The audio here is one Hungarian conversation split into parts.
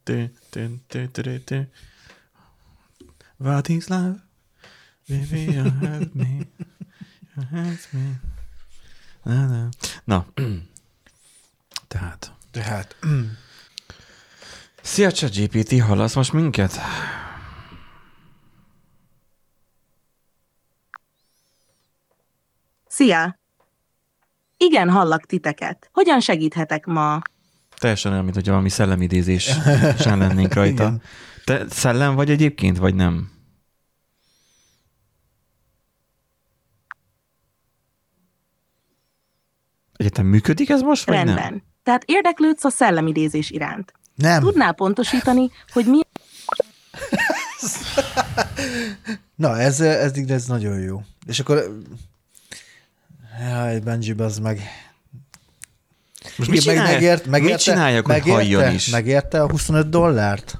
What is love? Baby, you help me. You help me. Na. Tehát. Szia, ChatGPT, hallasz most minket? Szia! Igen, hallak titeket. Hogyan segíthetek ma? Teljesen olyan, mint hogy valami szellemidézésen lennénk rajta. Te szellem vagy egyébként, vagy nem? Egyetem működik ez most, vagy Rendben. nem? Tehát érdeklődsz a szellemidézés iránt. Nem. Tudnál pontosítani, hogy mi... Na, ez nagyon jó. És akkor... Jaj, Benji, az meg... Most mit csináljak, hogy halljon is? Megérte a $25?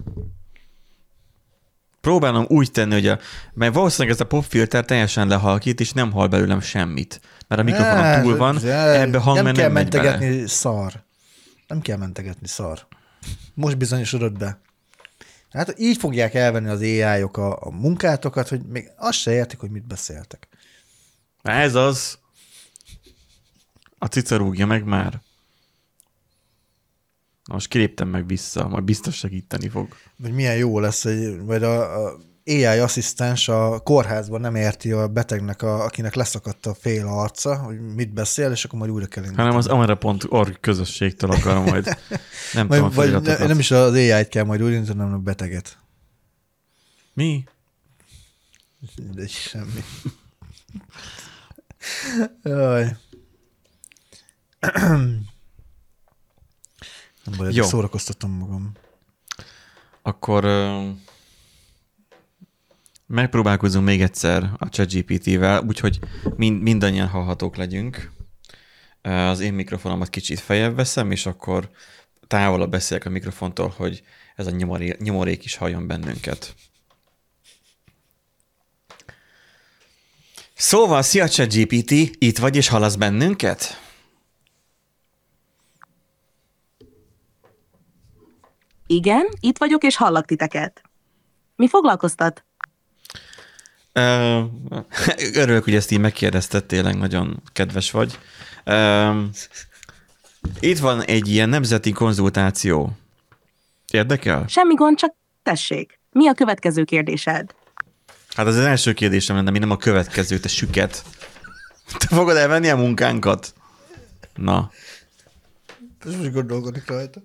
Próbálom úgy tenni, hogy mert valószínűleg ez a popfilter teljesen lehalkít, és nem hall belőlem semmit. Mert a mikrofonon túl van, ebbe hangmen nem megy bele. Nem kell mentegetni, szar. Most bizonyosodott be. Hát így fogják elvenni az AI-ok a munkátokat, hogy még azt se értik, hogy mit beszéltek. Ez az. A cica rúgja meg már. Na most kiléptem meg vissza, majd biztos segíteni fog. Vagy milyen jó lesz, hogy majd a AI asszisztens a kórházban nem érti a betegnek, akinek leszakadt a fél arca, hogy mit beszél, és akkor majd újra kell indítani. Hanem az amera.org közösségtől akar majd. Nem tudom a feliratokat. Nem is az AI-t kell majd újra indítani, hanem a beteget. Mi? De semmi. Jaj. Nem baj, szórakoztatom magam. Akkor megpróbálkozunk még egyszer a ChatGPT-vel, úgyhogy mindannyian hallhatók legyünk. Az én mikrofonomat kicsit feljebb veszem, és akkor távolabb beszélek a mikrofontól, hogy ez a nyomorék is halljon bennünket. Szóval, szia ChatGPT, itt vagy és hallasz bennünket? Igen, itt vagyok és hallak titeket. Mi foglalkoztat? Örülök, hogy ezt így megkérdezted, tényleg nagyon kedves vagy. Itt van egy ilyen nemzeti konzultáció. Érdekel? Semmi gond, csak tessék. Mi a következő kérdésed? Hát az első kérdésem lenne, mi nem a következő, te süket. Te fogod elvenni a munkánkat? Na. Most gondolkodik rajta.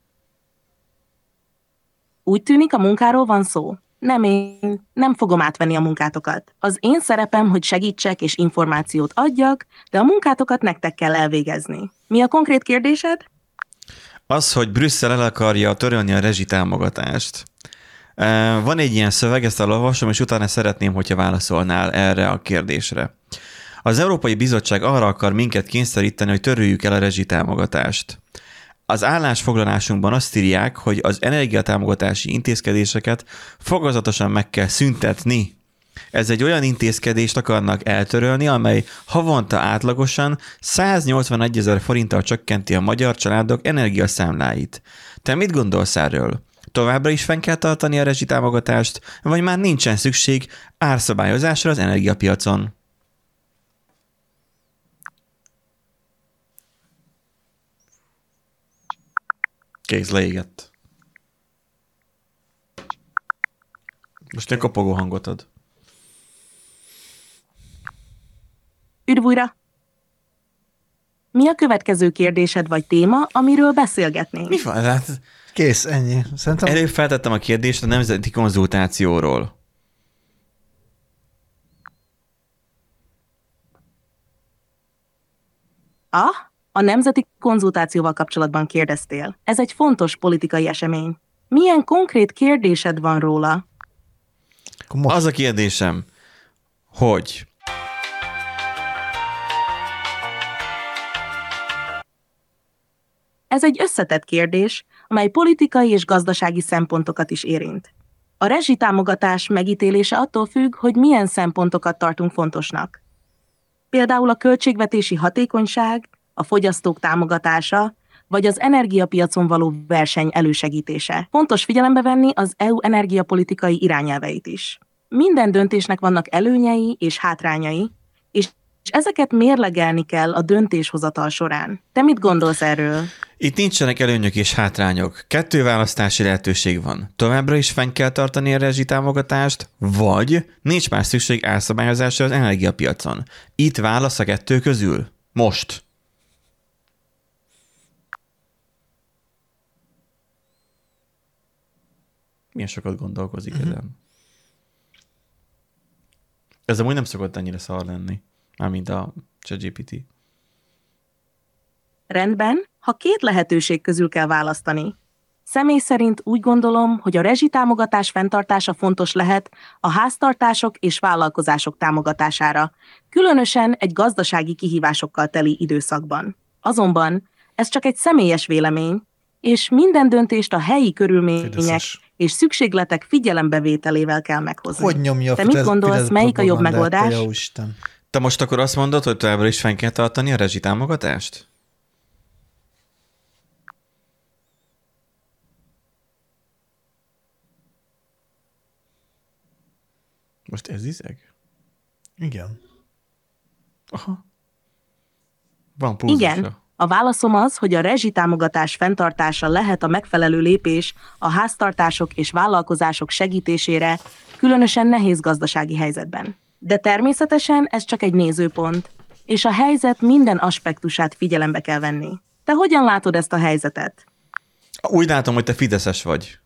Úgy tűnik, a munkáról van szó. Én nem fogom átvenni a munkátokat. Az én szerepem, hogy segítsek és információt adjak, de a munkátokat nektek kell elvégezni. Mi a konkrét kérdésed? Az, hogy Brüsszel el akarja törölni a rezsitámogatást. Van egy ilyen szöveg, ezt elolvasom, és utána szeretném, hogyha válaszolnál erre a kérdésre. Az Európai Bizottság arra akar minket kényszeríteni, hogy töröljük el a rezsitámogatást. Az állásfoglalásunkban azt írják, hogy az energiatámogatási intézkedéseket fokozatosan meg kell szüntetni. Ez egy olyan intézkedést akarnak eltörölni, amely havonta átlagosan 181 000 forinttal csökkenti a magyar családok energiaszámláit. Te mit gondolsz erről? Továbbra is fenn kell tartani a rezsitámogatást, vagy már nincsen szükség árszabályozásra az energiapiacon? Kész, leégett. Most egy kopogó hangot ad. Üdv újra! Mi a következő kérdésed vagy téma, amiről beszélgetnénk? Mi van? Hát, kész, ennyi. Szerintem... előbb feltettem a kérdést a nemzeti konzultációról. A nemzeti konzultációval kapcsolatban kérdeztél. Ez egy fontos politikai esemény. Milyen konkrét kérdésed van róla? Az a kérdésem, hogy... Ez egy összetett kérdés, amely politikai és gazdasági szempontokat is érint. A rezsitámogatás megítélése attól függ, hogy milyen szempontokat tartunk fontosnak. Például a költségvetési hatékonyság, a fogyasztók támogatása, vagy az energiapiacon való verseny elősegítése. Fontos figyelembe venni az EU energiapolitikai irányelveit is. Minden döntésnek vannak előnyei és hátrányai, és ezeket mérlegelni kell a döntéshozatal során. Te mit gondolsz erről? Itt nincsenek előnyök és hátrányok. 2 választási lehetőség van. Továbbra is fenn kell tartani a rezsitámogatást, vagy nincs más szükség elszabályozásra az energiapiacon. Itt válasz a 2 közül. Most. Milyen sokat gondolkozik ezen. Ez amúgy nem szokott annyira szar lenni, mármint a ChatGPT. Rendben, ha 2 lehetőség közül kell választani. Személy szerint úgy gondolom, hogy a rezsitámogatás fenntartása fontos lehet a háztartások és vállalkozások támogatására, különösen egy gazdasági kihívásokkal teli időszakban. Azonban ez csak egy személyes vélemény, és minden döntést a helyi körülmények Fideszes. és szükségletek figyelembevételével kell meghozni. Hogy nyomja Te mit gondolsz, Fidesz melyik a jobb propagandát, te megoldás? jó Isten. Te most akkor azt mondod, hogy továbbra is fenn kell tartani a rezsitámogatást? Most ez izeg? Igen. Aha. Van pulzusa. Igen, a válaszom az, hogy a rezsitámogatás fenntartása lehet a megfelelő lépés a háztartások és vállalkozások segítésére, különösen nehéz gazdasági helyzetben. De természetesen ez csak egy nézőpont, és a helyzet minden aspektusát figyelembe kell venni. Te hogyan látod ezt a helyzetet? Úgy látom, hogy te fideszes vagy.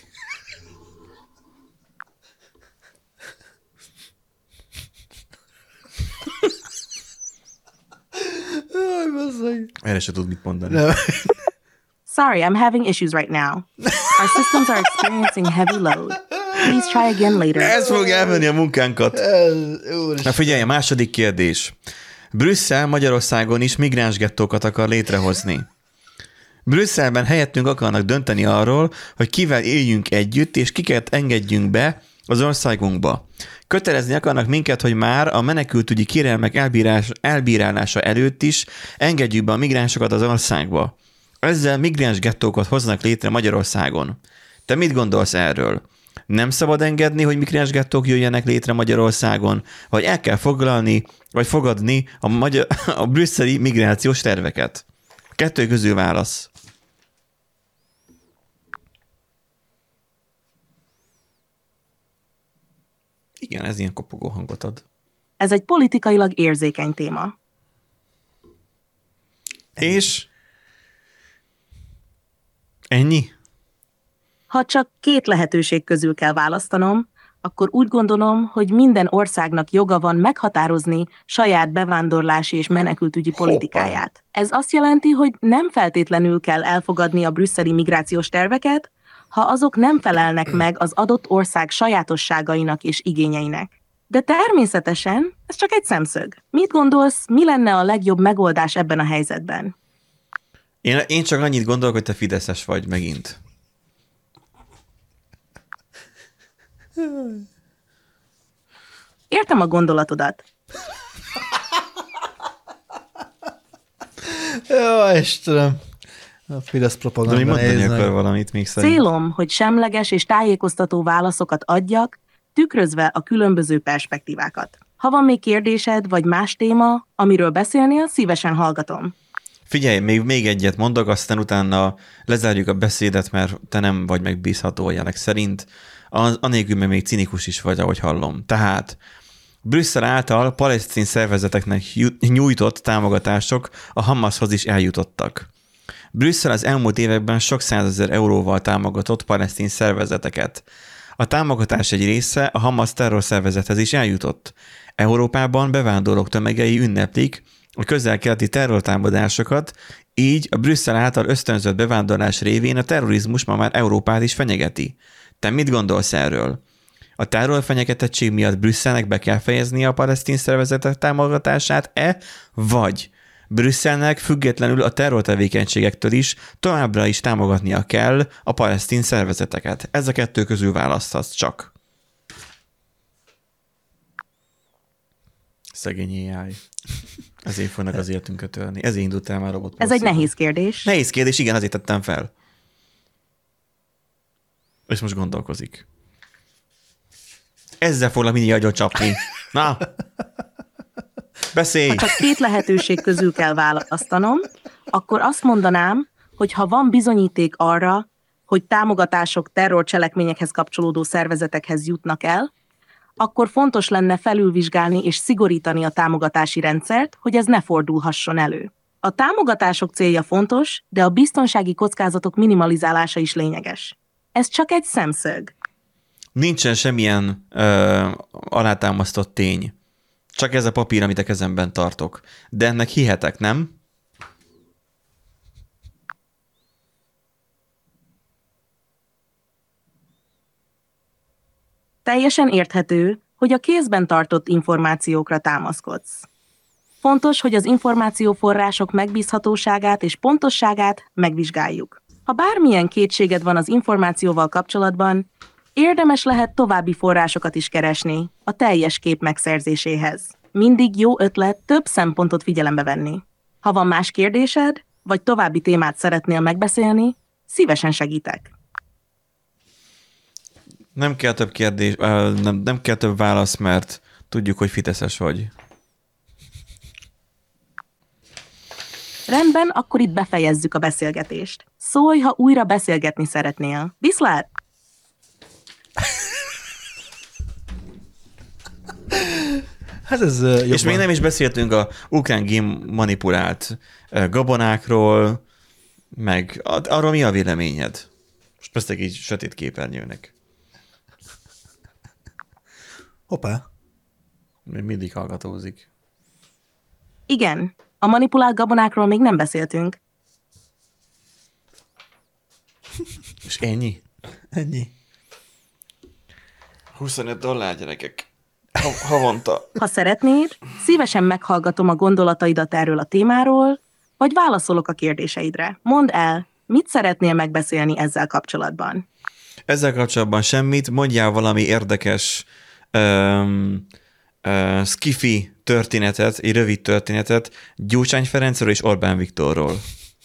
Jaj, bazzeg. Erre se tud mit mondani. Nem. Sorry, I'm having issues right now. Our systems are experiencing heavy load. Please try again later. Ez fog elvenni a munkánkat. Úristen. Na figyelj, a második kérdés. Brüsszel Magyarországon is migránsgettókat akar létrehozni. Brüsszelben helyettünk akarnak dönteni arról, hogy kivel éljünk együtt, és kiket engedjünk be az országunkba. Kötelezni akarnak minket, hogy már a menekültügyi kérelmek elbírálása előtt is engedjük be a migránsokat az országba. Ezzel migráns gettókat hoznak létre Magyarországon. Te mit gondolsz erről? Nem szabad engedni, hogy migráns gettók jöjjenek létre Magyarországon, vagy el kell foglalni, vagy fogadni a brüsszeli migrációs terveket? 2 közül válasz. Igen, ez ilyen kopogó hangot ad. Ez egy politikailag érzékeny téma. És? Ennyi? Ha csak 2 lehetőség közül kell választanom, akkor úgy gondolom, hogy minden országnak joga van meghatározni saját bevándorlási és menekültügyi politikáját. Ez azt jelenti, hogy nem feltétlenül kell elfogadni a brüsszeli migrációs terveket, ha azok nem felelnek meg az adott ország sajátosságainak és igényeinek. De természetesen ez csak egy szemszög. Mit gondolsz, mi lenne a legjobb megoldás ebben a helyzetben? Én csak annyit gondolok, hogy te fideszes vagy megint. Értem a gondolatodat. Jó, Istenem. A Fidesz De mi propaganda mondani nehéz akar meg. valamit még szerint. Célom, hogy semleges és tájékoztató válaszokat adjak, tükrözve a különböző perspektívákat. Ha van még kérdésed, vagy más téma, amiről beszélnél, szívesen hallgatom. Figyelj, még egyet mondok, aztán utána lezárjuk a beszédet, mert te nem vagy megbízható a jelek szerint. Anélkül még cinikus is vagy, ahogy hallom. Tehát Brüsszel által palesztin szervezeteknek nyújtott támogatások a Hamashoz is eljutottak. Brüsszel az elmúlt években sok 100 000 euróval támogatott palesztin szervezeteket. A támogatás egy része a Hamas terrorszervezethez is eljutott. Európában bevándorlók tömegei ünneplik a közel-keleti terrortámadásokat, így a Brüsszel által ösztönzött bevándorlás révén a terrorizmus ma már Európát is fenyegeti. Te mit gondolsz erről? A terrorfenyegetettség miatt Brüsszelnek be kell fejeznie a palesztin szervezetek támogatását-e, vagy Brüsszelnek függetlenül a terrortevékenységektől is továbbra is támogatnia kell a palesztin szervezeteket? Ez a 2 közül választhatsz csak. Szegény AI. Ezért fognak az életünket ölni. Ezért indult el már robot. Ez egy nehéz kérdés. Nehéz kérdés, igen, azért tettem fel. És most gondolkozik. Ezzel foglak mindig agyon csapni. Na! Beszélj! Ha csak 2 lehetőség közül kell választanom, akkor azt mondanám, hogy ha van bizonyíték arra, hogy támogatások terrorcselekményekhez kapcsolódó szervezetekhez jutnak el, akkor fontos lenne felülvizsgálni és szigorítani a támogatási rendszert, hogy ez ne fordulhasson elő. A támogatások célja fontos, de a biztonsági kockázatok minimalizálása is lényeges. Ez csak egy szemszög. Nincsen semmilyen alátámasztott tény. Csak ez a papír, amit a kezemben tartok. De ennek hihetek, nem? Teljesen érthető, hogy a kézben tartott információkra támaszkodsz. Fontos, hogy az információforrások megbízhatóságát és pontosságát megvizsgáljuk. Ha bármilyen kétséged van az információval kapcsolatban, érdemes lehet további forrásokat is keresni a teljes kép megszerzéséhez. Mindig jó ötlet több szempontot figyelembe venni. Ha van más kérdésed, vagy további témát szeretnél megbeszélni, szívesen segítek. Nem kell több kérdés, nem kell több válasz, mert tudjuk, hogy fideszes vagy. Rendben, akkor itt befejezzük a beszélgetést. Szólj, ha újra beszélgetni szeretnél. Viszlát! Hát ez jobban. És még nem is beszéltünk a ukrán gém manipulált gabonákról, meg arról mi a véleményed? Most beszélek így sötét képernyőnek. Hoppá. Még mindig hallgatózik. Igen, a manipulált gabonákról még nem beszéltünk. És ennyi? Ennyi. $25 gyerekek. Havonta. Ha szeretnéd, szívesen meghallgatom a gondolataidat erről a témáról, vagy válaszolok a kérdéseidre. Mondd el, mit szeretnél megbeszélni ezzel kapcsolatban? Ezzel kapcsolatban semmit, mondjál valami érdekes skifi történetet, egy rövid történetet Gyurcsány Ferencről és Orbán Viktorról.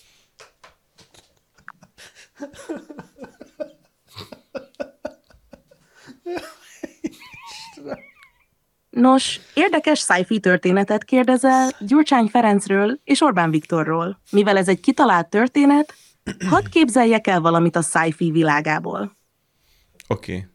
Nos, érdekes sci-fi történetet kérdezel Gyurcsány Ferencről és Orbán Viktorról. Mivel ez egy kitalált történet, hadd képzeljek el valamit a sci-fi világából. Oké.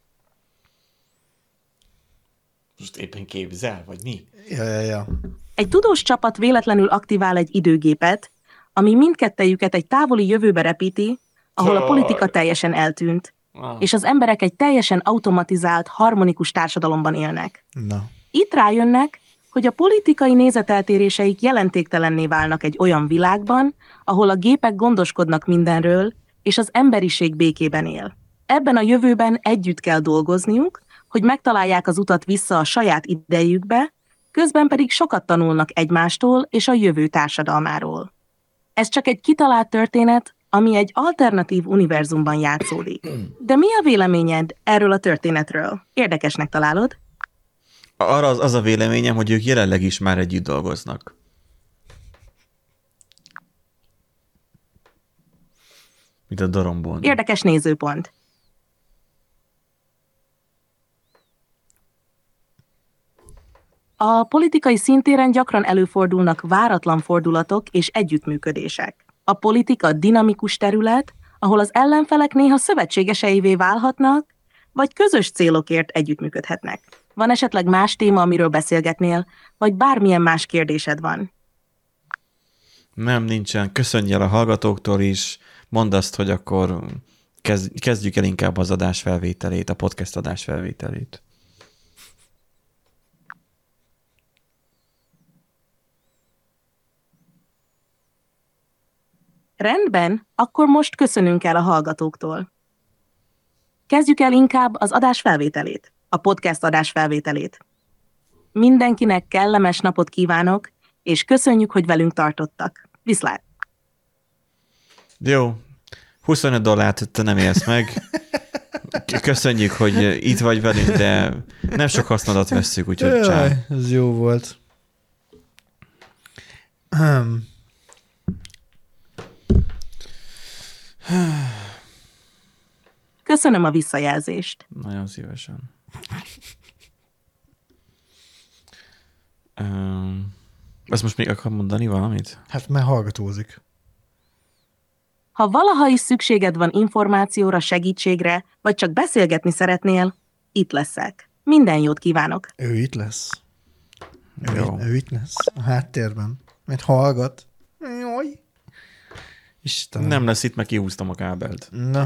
Most éppen képzel, vagy mi? Ja. Egy tudós csapat véletlenül aktivál egy időgépet, ami mindkettejüket egy távoli jövőbe repíti, ahol a politika teljesen eltűnt, és az emberek egy teljesen automatizált, harmonikus társadalomban élnek. Na. Itt rájönnek, hogy a politikai nézeteltéréseik jelentéktelenné válnak egy olyan világban, ahol a gépek gondoskodnak mindenről, és az emberiség békében él. Ebben a jövőben együtt kell dolgozniuk, hogy megtalálják az utat vissza a saját idejükbe, közben pedig sokat tanulnak egymástól és a jövő társadalmáról. Ez csak egy kitalált történet, ami egy alternatív univerzumban játszódik. De mi a véleményed erről a történetről? Érdekesnek találod? Arra az a véleményem, hogy ők jelenleg is már együtt dolgoznak. Mint a Doromból. Érdekes nézőpont. A politikai szintéren gyakran előfordulnak váratlan fordulatok és együttműködések. A politika dinamikus terület, ahol az ellenfelek néha szövetségeseivé válhatnak, vagy közös célokért együttműködhetnek. Van esetleg más téma, amiről beszélgetnél, vagy bármilyen más kérdésed van? Nem, nincsen. Köszönj el a hallgatóktól is. Mondd azt, hogy akkor kezdjük el inkább az adásfelvételét, a podcast adásfelvételét. Rendben, akkor most köszönünk el a hallgatóktól. Kezdjük el inkább az adás felvételét, a podcast adás felvételét. Mindenkinek kellemes napot kívánok, és köszönjük, hogy velünk tartottak. Viszlát! Jó, $25 te nem élsz meg. Köszönjük, hogy itt vagy velünk, de nem sok hasznodat vesszük, úgyhogy Jaj, ez jó volt. Köszönöm a visszajelzést. Nagyon szívesen. Ezt most még akar mondani valamit? Hát mert hallgatózik. Ha valaha is szükséged van információra, segítségre, vagy csak beszélgetni szeretnél, itt leszek. Minden jót kívánok! Ő itt lesz. Jó. Ő itt lesz. A háttérben. Mert hallgat. Jaj. Istenem. Nem lesz itt, meg kihúztam a kábelt. Na.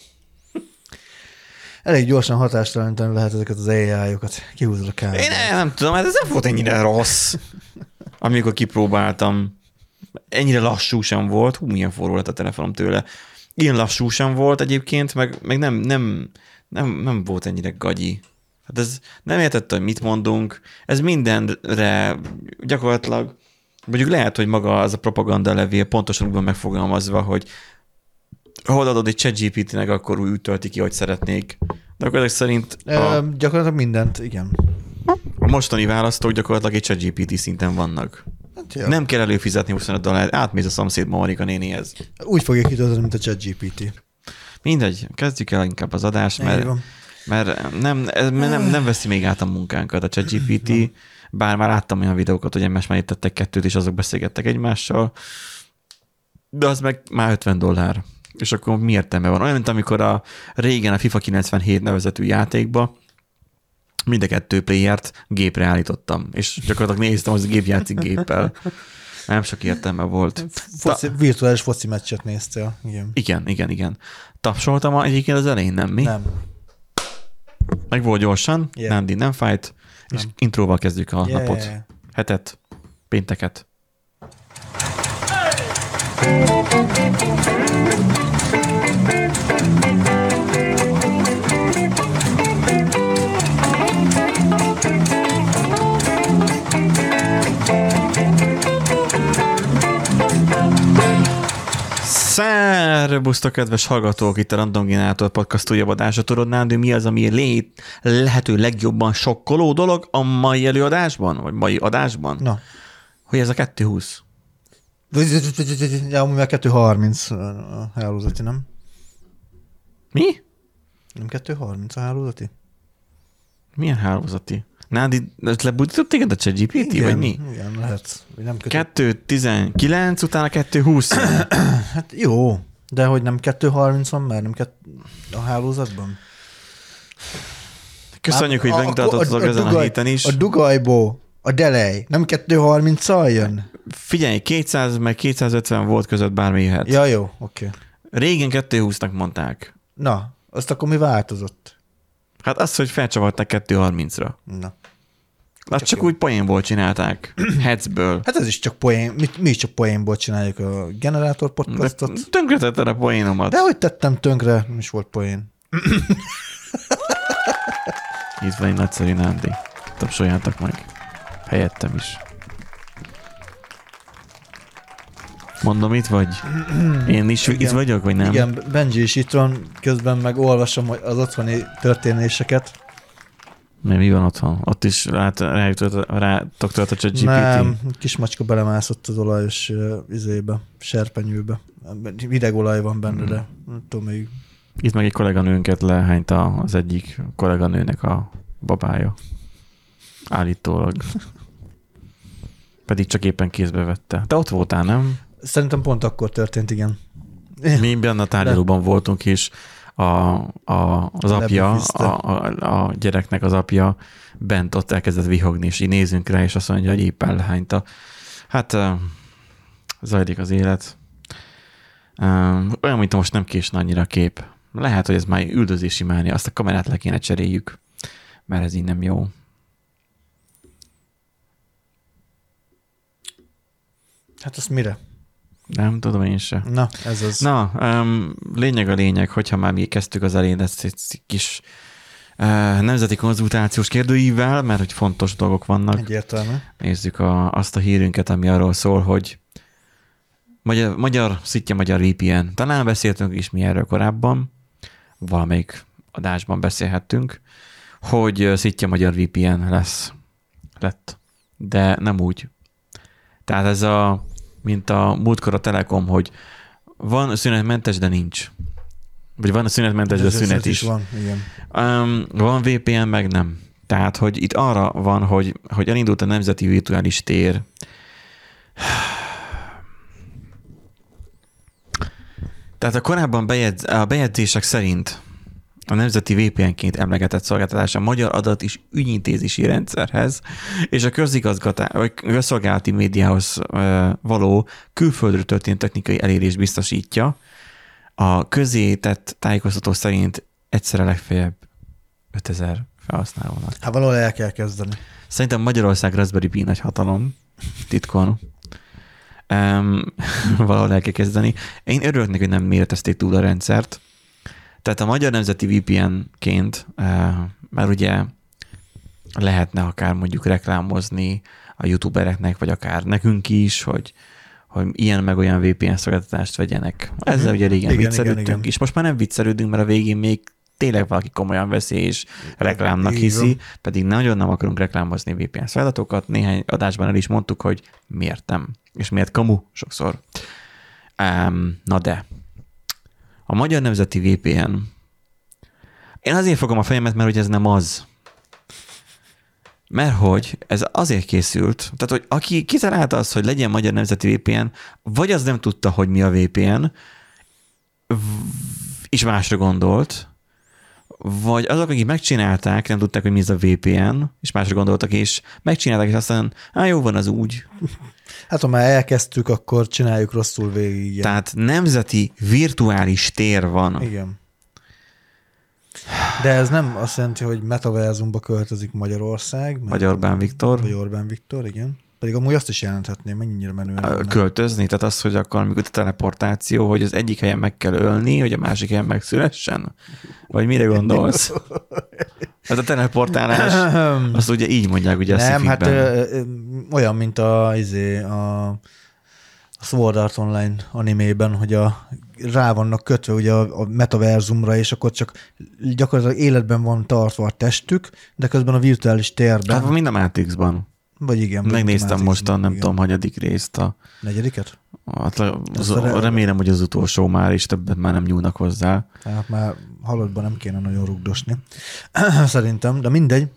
Elég gyorsan hatástalanítani lehet ezeket az AI-okat. Kihúzod a kábelt. Én nem tudom, hát ez nem volt ennyire rossz. Amikor kipróbáltam. Ennyire lassú sem volt. Hú, milyen forró lett a telefonom tőle. Ilyen lassú sem volt egyébként, meg nem volt ennyire gagyi. Hát ez nem értette, hogy mit mondunk. Ez mindenre gyakorlatilag, mondjuk lehet, hogy maga az a propaganda levél pontosan úgy van megfogalmazva, hogy ha adod egy ChatGPT-nek, akkor úgy tölti ki, hogy szeretnék. De akkor ezek szerint gyakorlatilag mindent, igen. a mostani választók gyakorlatilag egy ChatGPT szinten vannak. Hát, ja. Nem kell előfizetni $25, átmész a szomszéd Marika nénihez. Úgy fogja kitölteni, mint a ChatGPT. Mindegy, kezdjük el inkább az adást, mert nem veszi még át a munkánkat a ChatGPT, bár már láttam olyan videókat, hogy emesmerítettek kettőt, és azok beszélgettek egymással, de az meg már $50. És akkor mi értelme van? Olyan, mint amikor a régen a FIFA 97 nevezetű játékba mind a kettő playert gépre állítottam, és gyakorlatilag néztem, hogy a gép játszik géppel. Nem sok értelme volt. Virtuális foci meccset néztél. Igen. Igen. Tapsoltam egyébként az elején, nem mi? Nem. Meg volt gyorsan, Yeah. Nándi nem fájt, és intróval kezdjük a napot. Hetet, pénteket. Szerbusztok, kedves hallgatók, itt a Random Generator Podcast újabb adása. Tudod, Nándi, mi az, ami lehető legjobban sokkoló dolog a mai előadásban, vagy mai adásban? Na. Hogy ez a 220. Ja, amúgy már 230 a hálózati, nem? Mi? Nem 230 a hálózati? Milyen hálózati? Nádi, lebudított téged a ChatGPT, vagy mi? Igen, lehet. Nem 219, utána 220. Hát jó, de hogy nem 230 van már, nem a hálózatban? Köszönjük, hogy megtartottatok ezen a héten is. A dugajból, a delay, nem 230-al jön? Figyelj, 200 meg 250 volt között bármi jöhet. Ja, jó, oké. Régen 220-nak mondták. Na, azt akkor mi változott? Hát az, hogy felcsavarták 230-ra. Na. Azt csak úgy poénból csinálták. Hetzből. Hát ez is csak poén, mi is csak poénból csináljuk a generátor podcastot. Tönkretetted a poénomat. De hogy tettem tönkre, nem is volt poén. Itt van egy nagyszerű Nándi. Tapsoljátok meg. Helyettem is. Mondom, itt vagy? Én is itt vagyok, vagy nem? Igen, Benji is itt van, közben meg olvasom az történéseket. Mert mi van otthon? Ott is rátok tölt a ChatGPT? Nem, kis macska belemászott az olajos serpenyőbe. Hideg olaj van benne, de nem tudom még. Itt meg egy kolléganőnket lehányta az egyik kolléganőnek a babája. Állítólag. Pedig csak éppen kézbe vette. Te ott voltál, nem? Szerintem pont akkor történt, igen. Mi benne a tárgyalóban voltunk is. Az apja, a gyereknek az apja bent ott elkezdett vihogni, és így nézünk rá, és azt mondja, hogy éppen lehányta. Hát zajlik az élet. Olyan, mint most nem késne annyira a kép. Lehet, hogy ez már üldözési mánia, azt a kamerát le kéne cseréljük, mert ez így nem jó. Hát azt mire? Nem tudom én se. Na, ez az. Na, lényeg a lényeg, hogyha már mi kezdtük az elején ezt egy kis nemzeti konzultációs kérdőívvel, mert hogy fontos dolgok vannak. Egyértelmű. Nézzük azt a hírünket, ami arról szól, hogy szitja magyar VPN. Talán beszéltünk is mi erről korábban, valamelyik adásban beszélhettünk, hogy szitja magyar VPN lett, de nem úgy. Tehát ez a mint a múltkor a Telekom, hogy van szünetmentes, de nincs. Vagy van a szünetmentes, de szünet is. Van, igen. Van VPN, meg nem. Tehát, hogy itt arra van, hogy elindult a nemzeti virtuális tér. Tehát a korábban a bejegyzések szerint a nemzeti VPN-ként emlegetett szolgáltatás a Magyar Adat és Ügyintézési Rendszerhez és a közszolgálati médiához való külföldről történt technikai elérés biztosítja. A közé tett tájékoztató szerint egyszerre legfeljebb 5000 felhasználónak. Hát valahol el kell kezdeni. Szerintem Magyarország Raspberry Pi nagy hatalom, titkon. Valahol el kell kezdeni. Én örülök neki, hogy nem méretezték túl a rendszert. Tehát a magyar nemzeti VPN-ként, már ugye lehetne akár mondjuk reklámozni a youtubereknek, vagy akár nekünk is, hogy ilyen meg olyan VPN szolgáltatást vegyenek. Ezzel ugye régen viccelődtünk is. Most már nem viccelődünk, mert a végén még tényleg valaki komolyan veszi és reklámnak hiszi, pedig nagyon nem akarunk reklámozni VPN szolgáltatókat. Néhány adásban el is mondtuk, hogy miért nem, és miért kamu sokszor. Na de, a magyar nemzeti VPN, én azért fogom a fejemet, mert hogy ez nem az. Mert hogy ez azért készült, tehát hogy aki kitalálta azt, hogy legyen magyar nemzeti VPN, vagy az nem tudta, hogy mi a VPN, és másra gondolt, vagy azok, akik megcsinálták, nem tudták, hogy mi ez a VPN, és másra gondoltak, és megcsinálták, és aztán, jó van az úgy. Hát ha már elkezdtük, akkor csináljuk rosszul végig. Igen. Tehát nemzeti virtuális tér van. Igen. De ez nem azt jelenti, hogy metaverzumba költözik Magyarország. Vagy Orbán Viktor. Vagy Orbán Viktor, igen. Pedig amúgy azt is jelenthetném, mennyire menően. Költözni? Tehát az, hogy akkor amikor a teleportáció, hogy az egyik helyen meg kell ölni, hogy a másik helyen megszülessen? Vagy mire gondolsz? Hát a teleportálás, azt ugye így mondják, ugye a nem, sci-fikben. Hát olyan, mint a Sword Art Online animében, hogy rá vannak kötve ugye a metaverzumra, és akkor csak gyakorlatilag életben van tartva a testük, de közben a virtuális térben. Hát mind a Matrixban. Vagy igen. Megnéztem most a nem tudom, hanyadik részt. A negyediket? Remélem, hogy az utolsó már, és többet már nem nyúlnak hozzá. Tehát már halottban nem kéne nagyon rugdosni. Szerintem, de mindegy.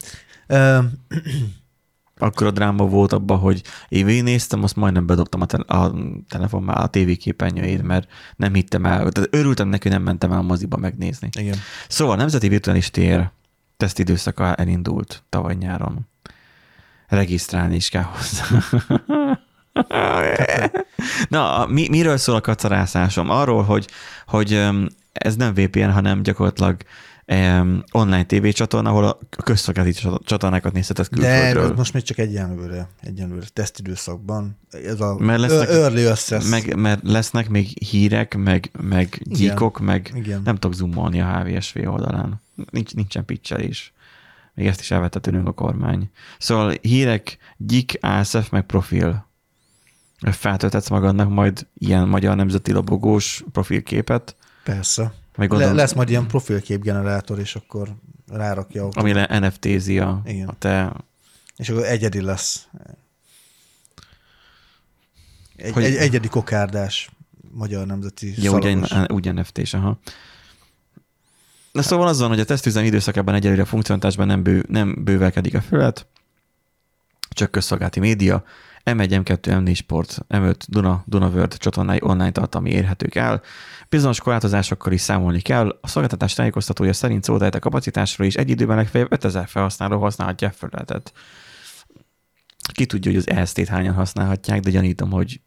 Akkor a dráma volt abban, hogy én végignéztem, azt majdnem bedobtam a telefonmá a tévéképernyőjét, mert nem hittem el. Tehát örültem neki, hogy nem mentem el a moziba megnézni. Igen. Szóval a Nemzeti Virtuális Tér tesztidőszaka elindult tavaly nyáron. Regisztrálni is kell hozzá. Na, miről szól a kacarászásom? Arról, hogy ez nem VPN, hanem gyakorlatilag online tévécsatorna, ahol a közszolgálati csatornákat nézhetett külföldről. De most még csak egyenlőre tesztidőszakban. Ez a early access. Mert lesznek még hírek, meg gyíkok, meg igen. Nem tudok zoomolni a HVSV oldalán. Nincsen pitchelés. Még ezt is elvette tőlünk a kormány. Szóval hírek, gyík, ASF, meg profil. Feltöltetsz magadnak majd ilyen magyar nemzeti lobogós profilképet. Persze. Lesz majd ilyen profilképgenerátor, és akkor rárakja. Ami NFT-zi a te... És akkor egyedi lesz. Egy egyedi kokárdás magyar nemzeti szalagos. Úgy NFT-s, aha. De szóval az van, hogy a tesztüzem időszakában egyelőre a funkcionalitásban nem bővelkedik a felület, csak közszolgálati média, M1, M2, M4 Sport, M5, Duna World csatornái online tartalmi érhetők el. Bizonyos korlátozásokkal is számolni kell. A szolgáltatás tájékoztatója szerint szó a kapacitásról is egy időben legfeljebb 5000 felhasználó használhatja a felületet. Ki tudja, hogy az EST-t hányan használhatják, de gyanítom, hogy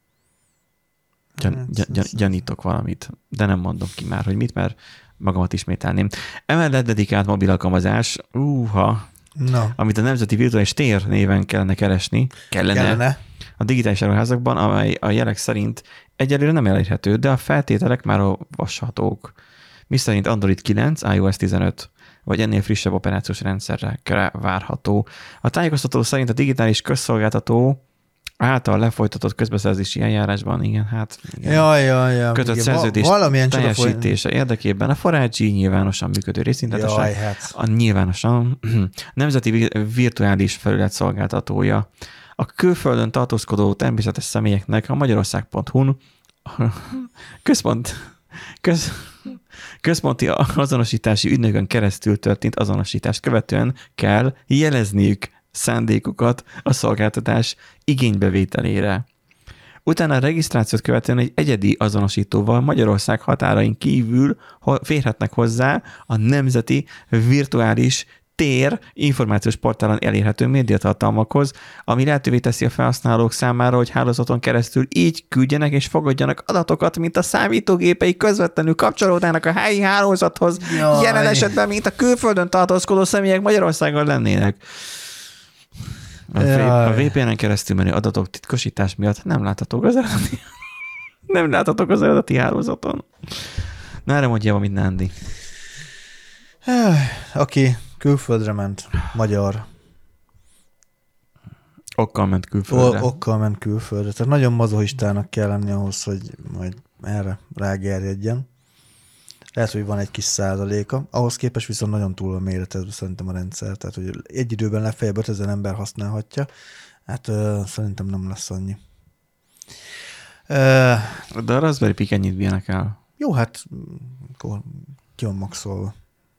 gyanítok valamit, de nem mondom ki már, hogy mit, mert magamat ismételném. Emellett dedikált mobil alkalmazás, amit a Nemzeti Virtuális Tér néven kellene keresni. Kellene. A digitális áruházakban, amely a jelek szerint egyelőre nem elérhető, de a feltételek már olvashatók. Miszerint Android 9, iOS 15, vagy ennél frissebb operációs rendszerre várható. A tájékoztató szerint a digitális közszolgáltató által lefolytatott közbeszerzési eljárásban, igen. Kötött szerződés teljesítése érdekében a Forágyi nyilvánosan működő részintetesen, a nyilvánosan Nemzeti Virtuális Felület szolgáltatója A külföldön tartózkodó természetes személyeknek a magyarország.hu-n központi azonosítási ügynökön keresztül történt azonosítást követően kell jelezniük szándékukat a szolgáltatás igénybevételére. Utána a regisztrációt követően egy egyedi azonosítóval Magyarország határain kívül férhetnek hozzá a Nemzeti Virtuális Tér információs portálon elérhető médiatartalmakhoz, ami lehetővé teszi a felhasználók számára, hogy hálózaton keresztül így küldjenek és fogadjanak adatokat, mint a számítógépei közvetlenül kapcsolódnának a helyi hálózathoz, jelen esetben, mint a külföldön tartózkodó személyek Magyarországon lennének. A VPN-en keresztül menő adatok titkosítás miatt nem láthatók az eredeti hálózaton. Na erre mondja valamit Nándi. Aki külföldre ment, magyar. Okkal ment külföldre. Okkal ment külföldre. Tehát nagyon mazohistának kell lenni ahhoz, hogy majd erre rágerjedjen. Lehet, hogy van egy kis százaléka. Ahhoz képest viszont nagyon túl a méretezve szerintem a rendszer. Tehát, hogy egy időben legfeljebb 5000 ember használhatja. Hát szerintem nem lesz annyi. De a Raspberry Pi ennyit bírnak el. Jó, hát akkor ki van maxolva.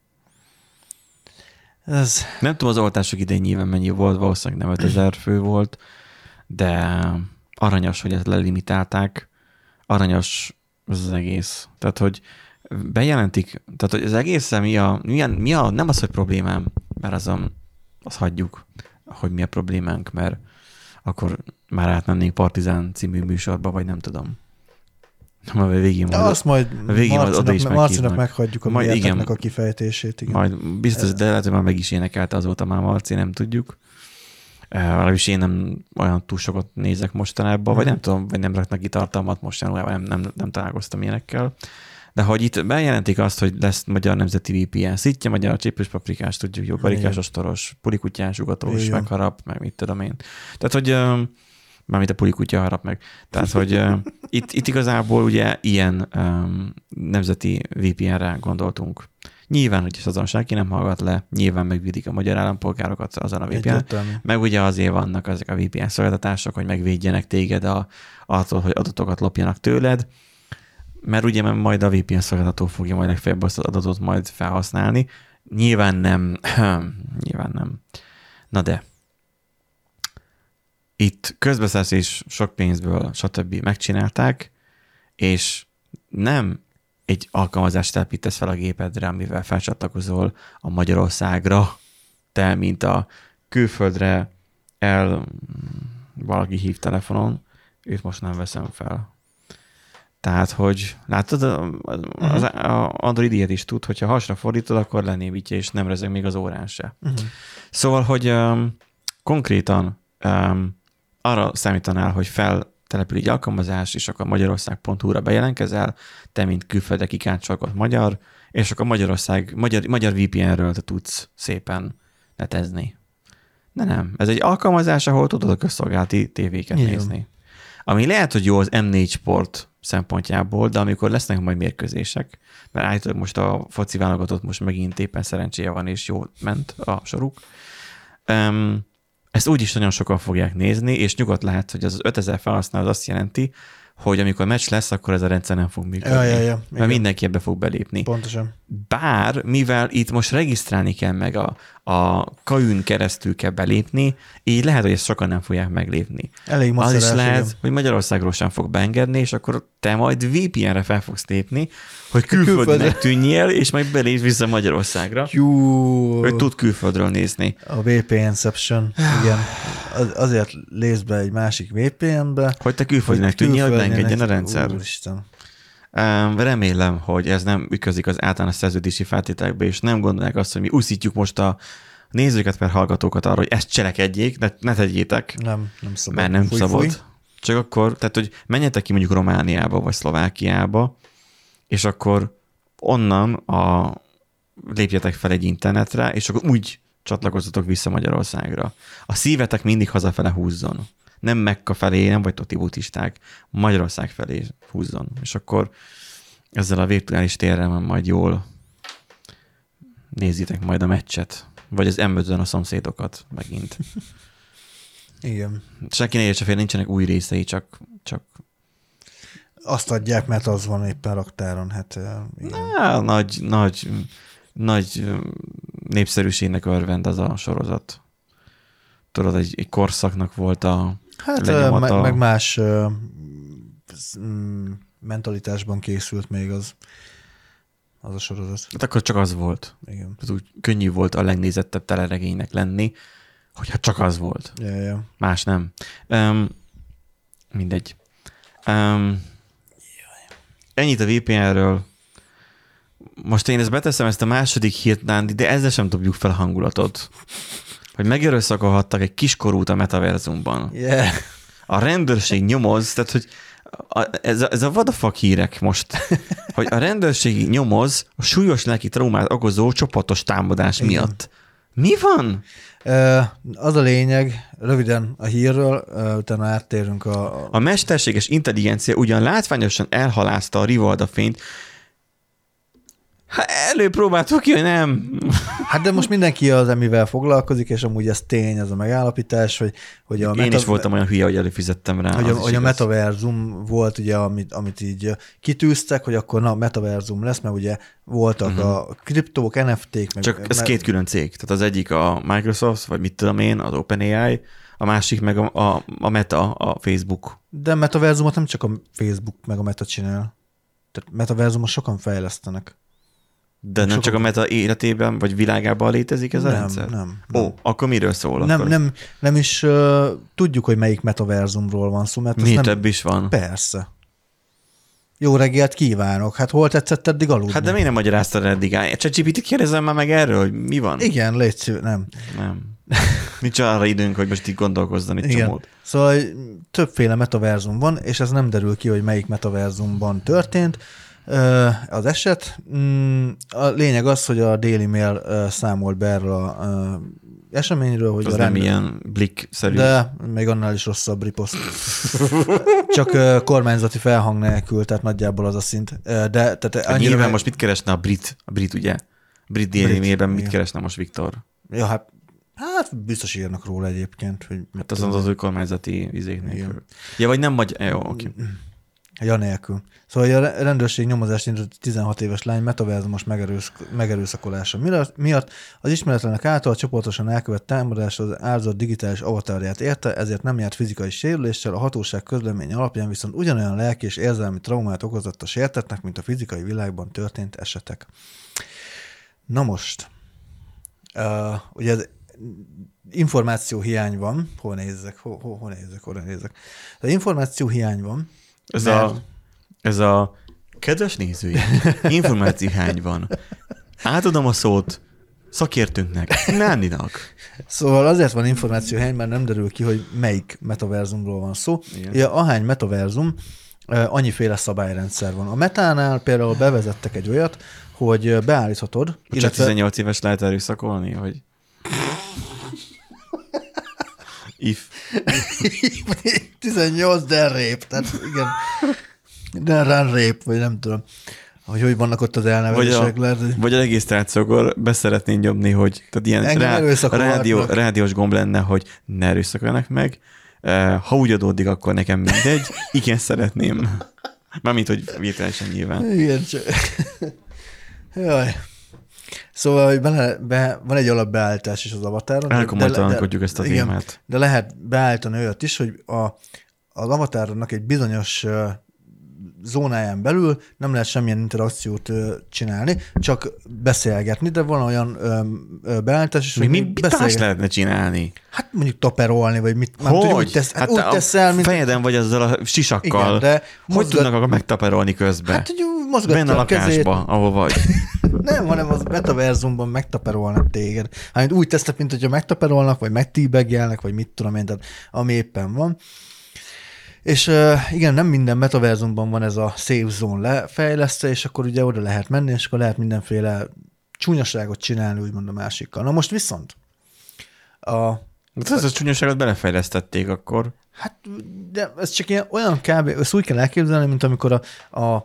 Ez... Nem tudom, az oltások idején nyilván mennyi volt, valószínűleg nem 5000 fő volt, de aranyos, hogy ezt lelimitálták. Aranyos az egész. Tehát, hogy bejelentik, tehát, hogy az egészen mi a nem az, hogy problémám, mert azt hagyjuk, hogy mi a problémánk, mert akkor már átmennénk Partizán című műsorba, vagy nem tudom. A végén Marcinak meghagyjuk a méreteknek a kifejtését. Igen. Majd biztos, de lehet, hogy már meg is énekelte azóta már Marci, nem tudjuk. Valahogy én nem olyan túl sokat nézek mostanában, vagy nem tudom, vagy nem raknak ki tartalmat mostanában, nem találkoztam ilyenekkel. De hogy itt bejelentik azt, hogy lesz magyar nemzeti VPN szitja, magyar csípős paprikás, tudjuk, jó, karikás, ostoros, pulikutyás, ugatós, megharap, meg mit tudom én. Tehát, hogy mármint a pulikutya harap meg. Tehát, hogy itt igazából ugye ilyen nemzeti VPN-re gondoltunk. Nyilván, hogy azon senki nem hallgat le, nyilván megvédik a magyar állampolgárokat azon a VPN. Meg ugye azért vannak ezek a VPN szolgáltatások, hogy megvédjenek téged attól, hogy adatokat lopjanak tőled, mert ugye majd a VPN szolgáltató fogja majd legfeljebb azt az adatot majd felhasználni. Nyilván nem. Na de itt közbeszerzés sok pénzből, stb. Megcsinálták, és nem egy alkalmazást telepítesz fel a gépedre, amivel felcsatlakozol a Magyarországra, te, mint a külföldre valaki hív telefonon, őt most nem veszem fel. Tehát, hogy látod, az Android ilyet is tud, hogyha hasra fordítod, akkor lenémítja, és nem rezeg még az órán se. Szóval, hogy konkrétan arra számítanál, hogy feltelepül egy alkalmazás, és akkor magyarország.hu-ra bejelentkezel, te, mint külföldre kikáncsolgott magyar, és akkor magyar VPN-ről te tudsz szépen netezni. De nem. Ez egy alkalmazás, ahol tudod a közszolgálati tévéket nézni. Ami lehet, hogy jó az M4 Sport szempontjából, de amikor lesznek majd mérkőzések, mert állítólag most a foci válogatott most megint éppen szerencséje van, és jó ment a soruk. Ezt úgyis nagyon sokan fogják nézni, és nyugodt lehet, hogy az 5000 felhasználó azt jelenti, hogy amikor meccs lesz, akkor ez a rendszer nem fog működni. Mert mindenki ebbe fog belépni. Pontosan. Bár, mivel itt most regisztrálni kell meg a KAÜN keresztül kell belépni, így lehet, hogy ezt sokan nem fogják meglépni. Elég az is lehet, hogy Magyarországról sem fog beengedni, és akkor te majd VPN-re fel fogsz lépni, hogy külföldnek tűnjél, és majd belépsz vissza Magyarországra. Hogy tud külföldről nézni. A VPN-ception, igen. Azért lész be egy másik VPN-be. Hogy te külföldnek tűnjél, hogy beengedjen a rendszer. Úristen. Remélem, hogy ez nem ütközik az általános szerződési feltételekbe, és nem gondolják azt, hogy mi úszítjuk most a nézőket, per hallgatókat arra, hogy ezt cselekedjék, ne tegyétek. Nem szabad. Mert nem szabad. Csak akkor, tehát, hogy menjetek ki mondjuk Romániába, vagy Szlovákiába, és akkor onnan lépjetek fel egy internetre, és akkor úgy csatlakozzatok vissza Magyarországra. A szívetek mindig hazafele húzzon. Nem Mekka felé, nem vagytok ti buddhisták, Magyarország felé húzzon. És akkor ezzel a virtuális térrel majd jól nézzétek majd a meccset. Vagy az M5-ön a szomszédokat megint. Igen. Senki ne értse fél, nincsenek új részei, csak Azt adják, mert az van éppen raktáron. Hát, igen. Nagy népszerűségnek örvend az a sorozat. Tudod, egy korszaknak volt a Hát lenyomata. meg más mentalitásban készült még az a sorozat. Hát akkor csak az volt. Igen. Ez úgy könnyű volt a legnézettebb teleregénynek lenni, hogyha csak az volt. Ja. Más nem. Mindegy. Ennyit a VPN-ről. Most én ezt beteszem, ezt a második hírt, Nándi, de ezzel sem dobjuk fel a hangulatot. Hogy megerőszakolhattak egy kiskorút a metaverzumban. Yeah. A rendőrség nyomoz, tehát hogy ez a what the fuck hírek most, hogy a rendőrség nyomoz a súlyos lelki traumát okozó csoportos támadás miatt. Mi van? Az a lényeg, röviden a hírről, utána áttérünk A mesterséges intelligencia ugyan látványosan elhalázta a Rivalda fényt, előpróbáltuk ki, hogy nem. Hát de most mindenki az, amivel foglalkozik, és amúgy ez tény, ez a megállapítás, hogy Én is voltam olyan hülye, hogy előfizettem rá. Hogy a metaverzum volt, ugye, amit így kitűztek, hogy akkor metaverzum lesz, mert ugye voltak a kriptók, NFT-k. Csak ez két külön cég. Tehát az egyik a Microsoft, vagy mit tudom én, az OpenAI, a másik meg a Meta, a Facebook. De metaverzumot nem csak a Facebook meg a Meta csinál. Tehát metaverzumot sokan fejlesztenek. De nem csak a Meta életében, vagy világában létezik ez a rendszer? Nem. Akkor miről szól? Nem is tudjuk, hogy melyik metaverzumról van szó. Mert több is van? Persze. Jó reggelt kívánok. Hát hol tetszett eddig aludni? Hát de miért nem magyaráztad eddig? ChatGPT kérdezem már meg erről, hogy mi van? Igen, légy szíves, nem. Nincs arra időnk, hogy most így gondolkozzon itt csomót. Szóval többféle metaverzum van, és ez nem derül ki, hogy melyik metaverzumban történt. Az eset. A lényeg az, hogy a Daily Mail számolt be erről az eseményről. Hogy az nem ilyen Blick-szerű. De még annál is rosszabb riposzt. Csak kormányzati felhang nélkül, tehát nagyjából az a szint. De, tehát nyilván most mit keresne a brit ugye? Brit Daily Mailben mit keresne most Viktor? Ja, hát biztos írnak róla egyébként. Hogy hát azon az ő kormányzati vizék nélkül. Ja, vagy nem jó, oké. Ja, nélkül. Szóval a rendőrség nyomozást indított 16 éves lány metaverzumos megerőszakolása miatt az ismeretlenek által csoportosan elkövetett támadás az áldozat digitális avatarját érte, ezért nem járt fizikai sérüléssel, a hatóság közlemény alapján viszont ugyanolyan lelki és érzelmi traumát okozott a sértettnek, mint a fizikai világban történt esetek. Na most, ugye ez információ hiány van. Hol nézzek? De információ hiány van. Ez a kedves nézői, információ hiány van. Átadom a szót szakértőnknek, Nándinak. Szóval azért van információ hiány, mert nem derül ki, hogy melyik metaverzumról van szó. Ja, ahány metaverzum, annyiféle szabályrendszer van. A Metánál például bevezettek egy olyat, hogy beállíthatod. Csak 18 éves lehet erőszakolni, hogy... If. 18, de rép. Tehát igen. De rán rép, vagy nem tudom. Hogy vannak ott az elnevezések. Vagy az egész tárcokor beszeretném nyomni, hogy tehát ilyen rádiós gomb lenne, hogy ne erőszakoljanak meg. Ha úgy adódik, akkor nekem mindegy. Igen, szeretném. Mármint, hogy virtuálisan nyilván. Igen, csak... Jaj. Szóval, hogy van egy alapbeállítás is az avatáron. Elkomolytalankodjuk ezt a témát. Igen, de lehet beállítani olyat is, hogy az avatáronnak egy bizonyos zónáján belül nem lehet semmilyen interakciót csinálni, csak beszélgetni, de van olyan beállítás is, hogy mit más lehetne csinálni? Hát mondjuk taperolni, vagy mit. Hogy? Úgy teszel, mint... Fejeden vagy azzal a sisakkal. Igen, de hogy tudnak akkor megtaperolni közben? Hát, hogy mozgatja benne a lakásba, ahol vagy. Nem, hanem az metaverzumban megtaperolnak téged. Hát úgy tesznek, mint hogyha megtaperolnak, vagy megtíbegjelnek, vagy mit tudom én, tehát ami éppen van. És igen, nem minden metaverzumban van ez a safe zone lefejlesztve, és akkor ugye oda lehet menni, és akkor lehet mindenféle csúnyaságot csinálni, úgymond a másikkal. Na most viszont ezt a csúnyaságot belefejlesztették akkor. Hát, de ez csak olyan kb. Ezt úgy kell elképzelni, mint amikor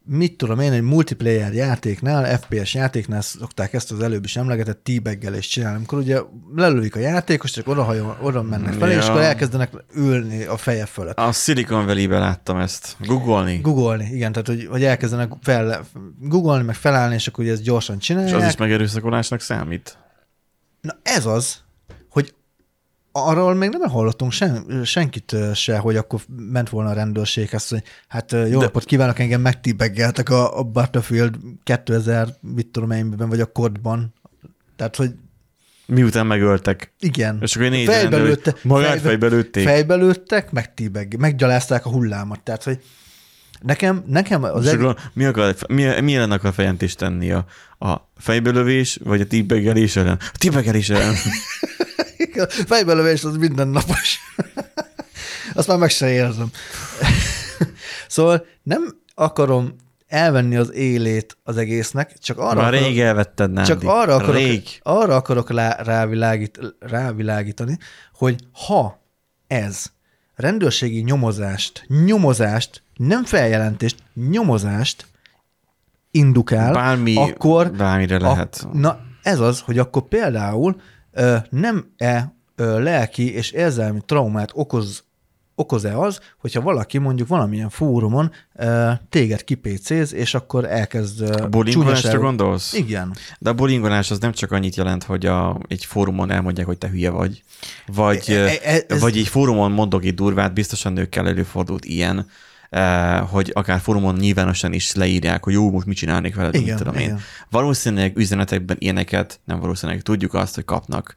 mit tudom én, egy multiplayer játéknál, FPS játéknál szokták ezt az előbb is emlegetett teabaggelést csinálni, amikor ugye lelőik a játékos, csak oda mennek felé, és akkor elkezdenek ülni a feje fölött. A Silicon Valley-ben láttam ezt. Googolni, igen, tehát hogy elkezdenek googolni, meg felállni, és akkor ugye ezt gyorsan csinálják. És az is megerőszakolásnak számít? Na ez az, hogy arról még nem hallottunk senkit se, hogy akkor ment volna a rendőrséghez, hogy hát jó napot kívánok, engem megtibeggeltek a Battlefield 2000, mit tudom én, vagy a kodban. Tehát, hogy miután megöltek. Igen. És akkor fejbe lőtték. Fejbe lőttek, meggyalázták a hullámat. Tehát, hogy nekem az... Milyen akar fejentést tenni? A fejbelövés, vagy a tibeggelés ellen? A tibeggelés ellen. A fejbelövés az mindennapos. Azt már meg se érzem. Szóval nem akarom elvenni az az egésznek, csak arra már rég elvetted, Nándi. Csak arra akarok rávilágítani, hogy ha ez rendőrségi nyomozást, nem feljelentést, nyomozást indukál, akkor... Bármire lehet. Na ez az, hogy akkor például nem-e lelki és érzelmi traumát okoz-e az, hogyha valaki mondjuk valamilyen fórumon téged kipécéz, és elkezd a bullyingolásra gondolsz? Igen. De a bullyingolás az nem csak annyit jelent, hogy egy fórumon elmondják, hogy te hülye vagy, vagy egy fórumon mondok egy durvát, biztosan nőkkel előfordult ilyen, hogy akár fórumon nyilvánosan is leírják, hogy jó, most mit csinálnék veled, igen, mit tudom én. Igen. Valószínűleg üzenetekben ilyeneket, nem valószínűleg, tudjuk azt, hogy kapnak.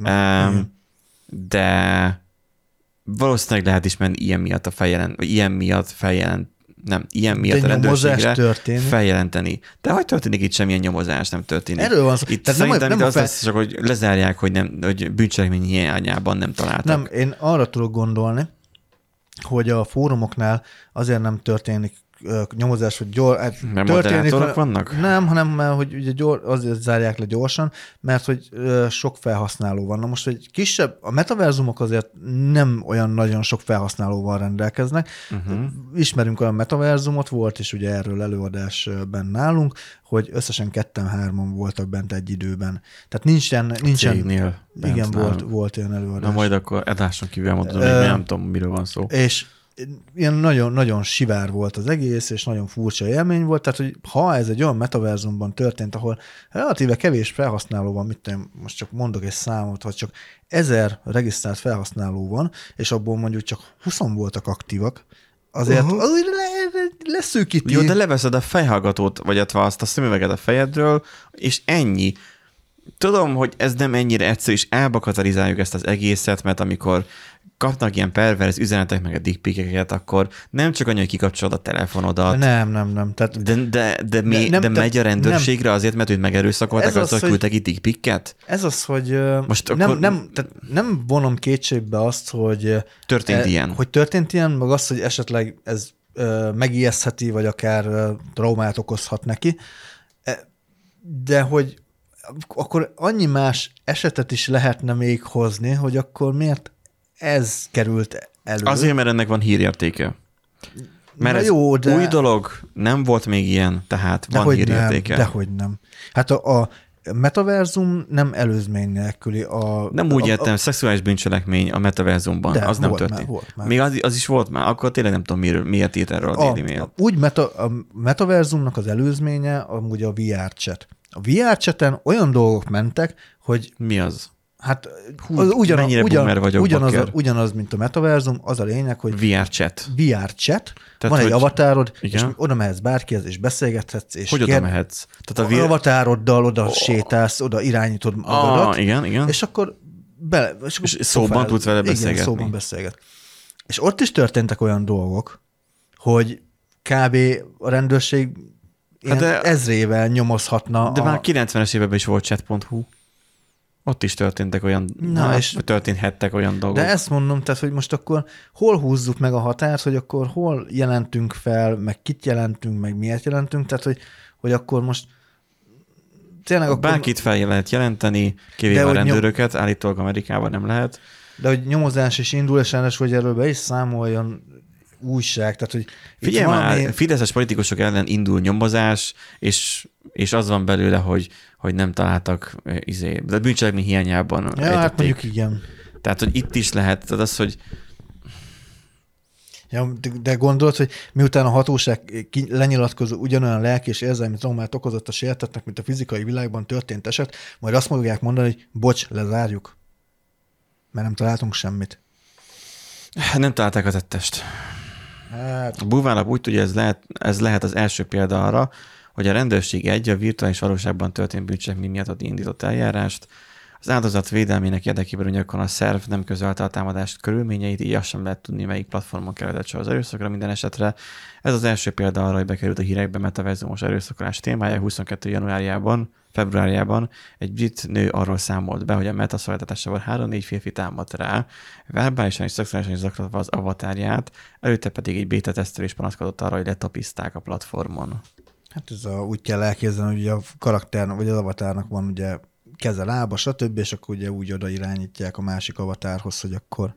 De valószínűleg lehet is menni ilyen miatt a rendőrségre feljelenteni. De hogy történik itt semmilyen nyomozás, nem történik. Erről van szó. Itt szerintem az lesz csak, hogy lezárják, hogy bűncselekmény hiányában nem találtak. Nem, én arra tudok gondolni, hogy a fórumoknál azért nem történik nyomozás, hogy nem moderátorok vannak? Nem, hanem hogy ugye azért zárják le gyorsan, mert hogy sok felhasználó van. Na most, hogy kisebb, a metaverzumok azért nem olyan nagyon sok felhasználóval rendelkeznek. Ismerünk olyan metaverzumot, volt is ugye erről előadás bent nálunk, hogy összesen 2-3 voltak bent egy időben. Tehát nincsen igen, volt olyan előadás. Na majd akkor adáson kívül mondom, hogy nem tudom, miről van szó. És ilyen nagyon sivár volt az egész, és nagyon furcsa élmény volt, tehát hogy ha ez egy olyan metaverzumban történt, ahol relatíve kevés felhasználó van, most csak mondok egy számot, ha csak 1000 regisztrált felhasználó van, és abból mondjuk csak 20 voltak aktívak, azért leszűkíti. Jó, de leveszed a fejhallgatót, vagy azt a szemüveget a fejedről, és ennyi. Tudom, hogy ez nem ennyire egyszerű, és elbakatalizáljuk ezt az egészet, mert amikor kapnak ilyen perverz üzenetek, meg a dickpikeket, akkor nem csak annyi, hogy kikapcsolod a telefonodat. Nem. Tehát de megy a rendőrségre azért, mert őt megerőszakolták, azzal küldtek itt dickpiket? Ez az, hogy most nem vonom kétségbe azt, hogy történt ilyen. Hogy történt ilyen, meg azt, hogy esetleg ez megijesztheti, vagy akár traumát okozhat neki, de hogy akkor annyi más esetet is lehetne még hozni, hogy akkor miért ez került elő? Azért, mert ennek van hírértéke. Mert ez jó, de... új dolog, nem volt még ilyen, tehát van hírértéke. Dehogy nem. Hát a metaverzum nem előzmény nélküli. Nem úgy értem, szexuális bűncselekmény a metaverzumban, az nem történt. Még az is volt már, akkor tényleg nem tudom, miért írt erről a Daily Mail. A metaverzumnak az előzménye amúgy a VR chat. A VR chaten olyan dolgok mentek, hogy... Mi az? Hát ugyanaz, mint a metaverzum, az a lényeg, hogy VR chat. VR chat, tehát, van egy avatárod, igen? És oda mehetsz bárkihez, és beszélgethetsz. És hogy oda mehetsz? Tehát a avatároddal oda sétálsz, oda irányítod magadat. Igen. És akkor és szóban tudsz vele beszélgetni. Igen, szóban beszélget. És ott is történtek olyan dolgok, hogy kb. A rendőrség ezrével nyomozhatna. De már 90-es években is volt chat.hu. Ott is történtek olyan, történhettek olyan dolgok. De ezt mondom, tehát, hogy most akkor hol húzzuk meg a határt, hogy akkor hol jelentünk fel, meg kit jelentünk, meg miért jelentünk, tehát, hogy akkor most tényleg akkor... Bárkit fel lehet jelenteni, kivéve a rendőröket, állítólag Amerikában nem lehet. De hogy nyomozás is indul, és hogy erről be is számoljon újság, tehát hogy... Figyelj már, fideszes politikusok ellen indul nyomozás, és az van belőle, hogy nem találtak de bűncselekmény hiányában. Ja, hát mondjuk igen. Tehát, hogy itt is lehet, az, hogy... Ja, de gondolod, hogy miután a hatóság lenyilatkozó ugyanolyan lelki és érzelmi traumát okozott a sértettnek, mint a fizikai világban történt eset, majd azt fogják mondani, hogy bocs, lezárjuk, mert nem találtunk semmit. Nem találták a tettest. Hát... A bulvárlap úgy tudja, ez lehet az első példa arra, hogy a rendőrség a virtuális valóságban történt bűncselekmény miatt indított eljárást. Az áldozat védelmének érdekében gyakran a szerv nem közölte a támadást körülményeit, így azt sem lehet tudni, melyik platformon került sor az erőszakra minden esetre. Ez az első példa arra, hogy bekerült a hírekbe metaverzumos erőszakolás témája 22. februárjában egy brit nő arról számolt be, hogy a Meta szolgáltatásával 3-4 férfi támadt rá, verbálisan és szexuálisan is zaklatva az avatárját, előtte pedig egy beta tesztelés panaszkodott arra, hogy letapiszták a platformon. Hát ez úgy kell elképzelni, hogy a karakternek vagy az avatárnak van ugye keze, lába, stb., és akkor ugye úgy oda irányítják a másik avatárhoz, hogy akkor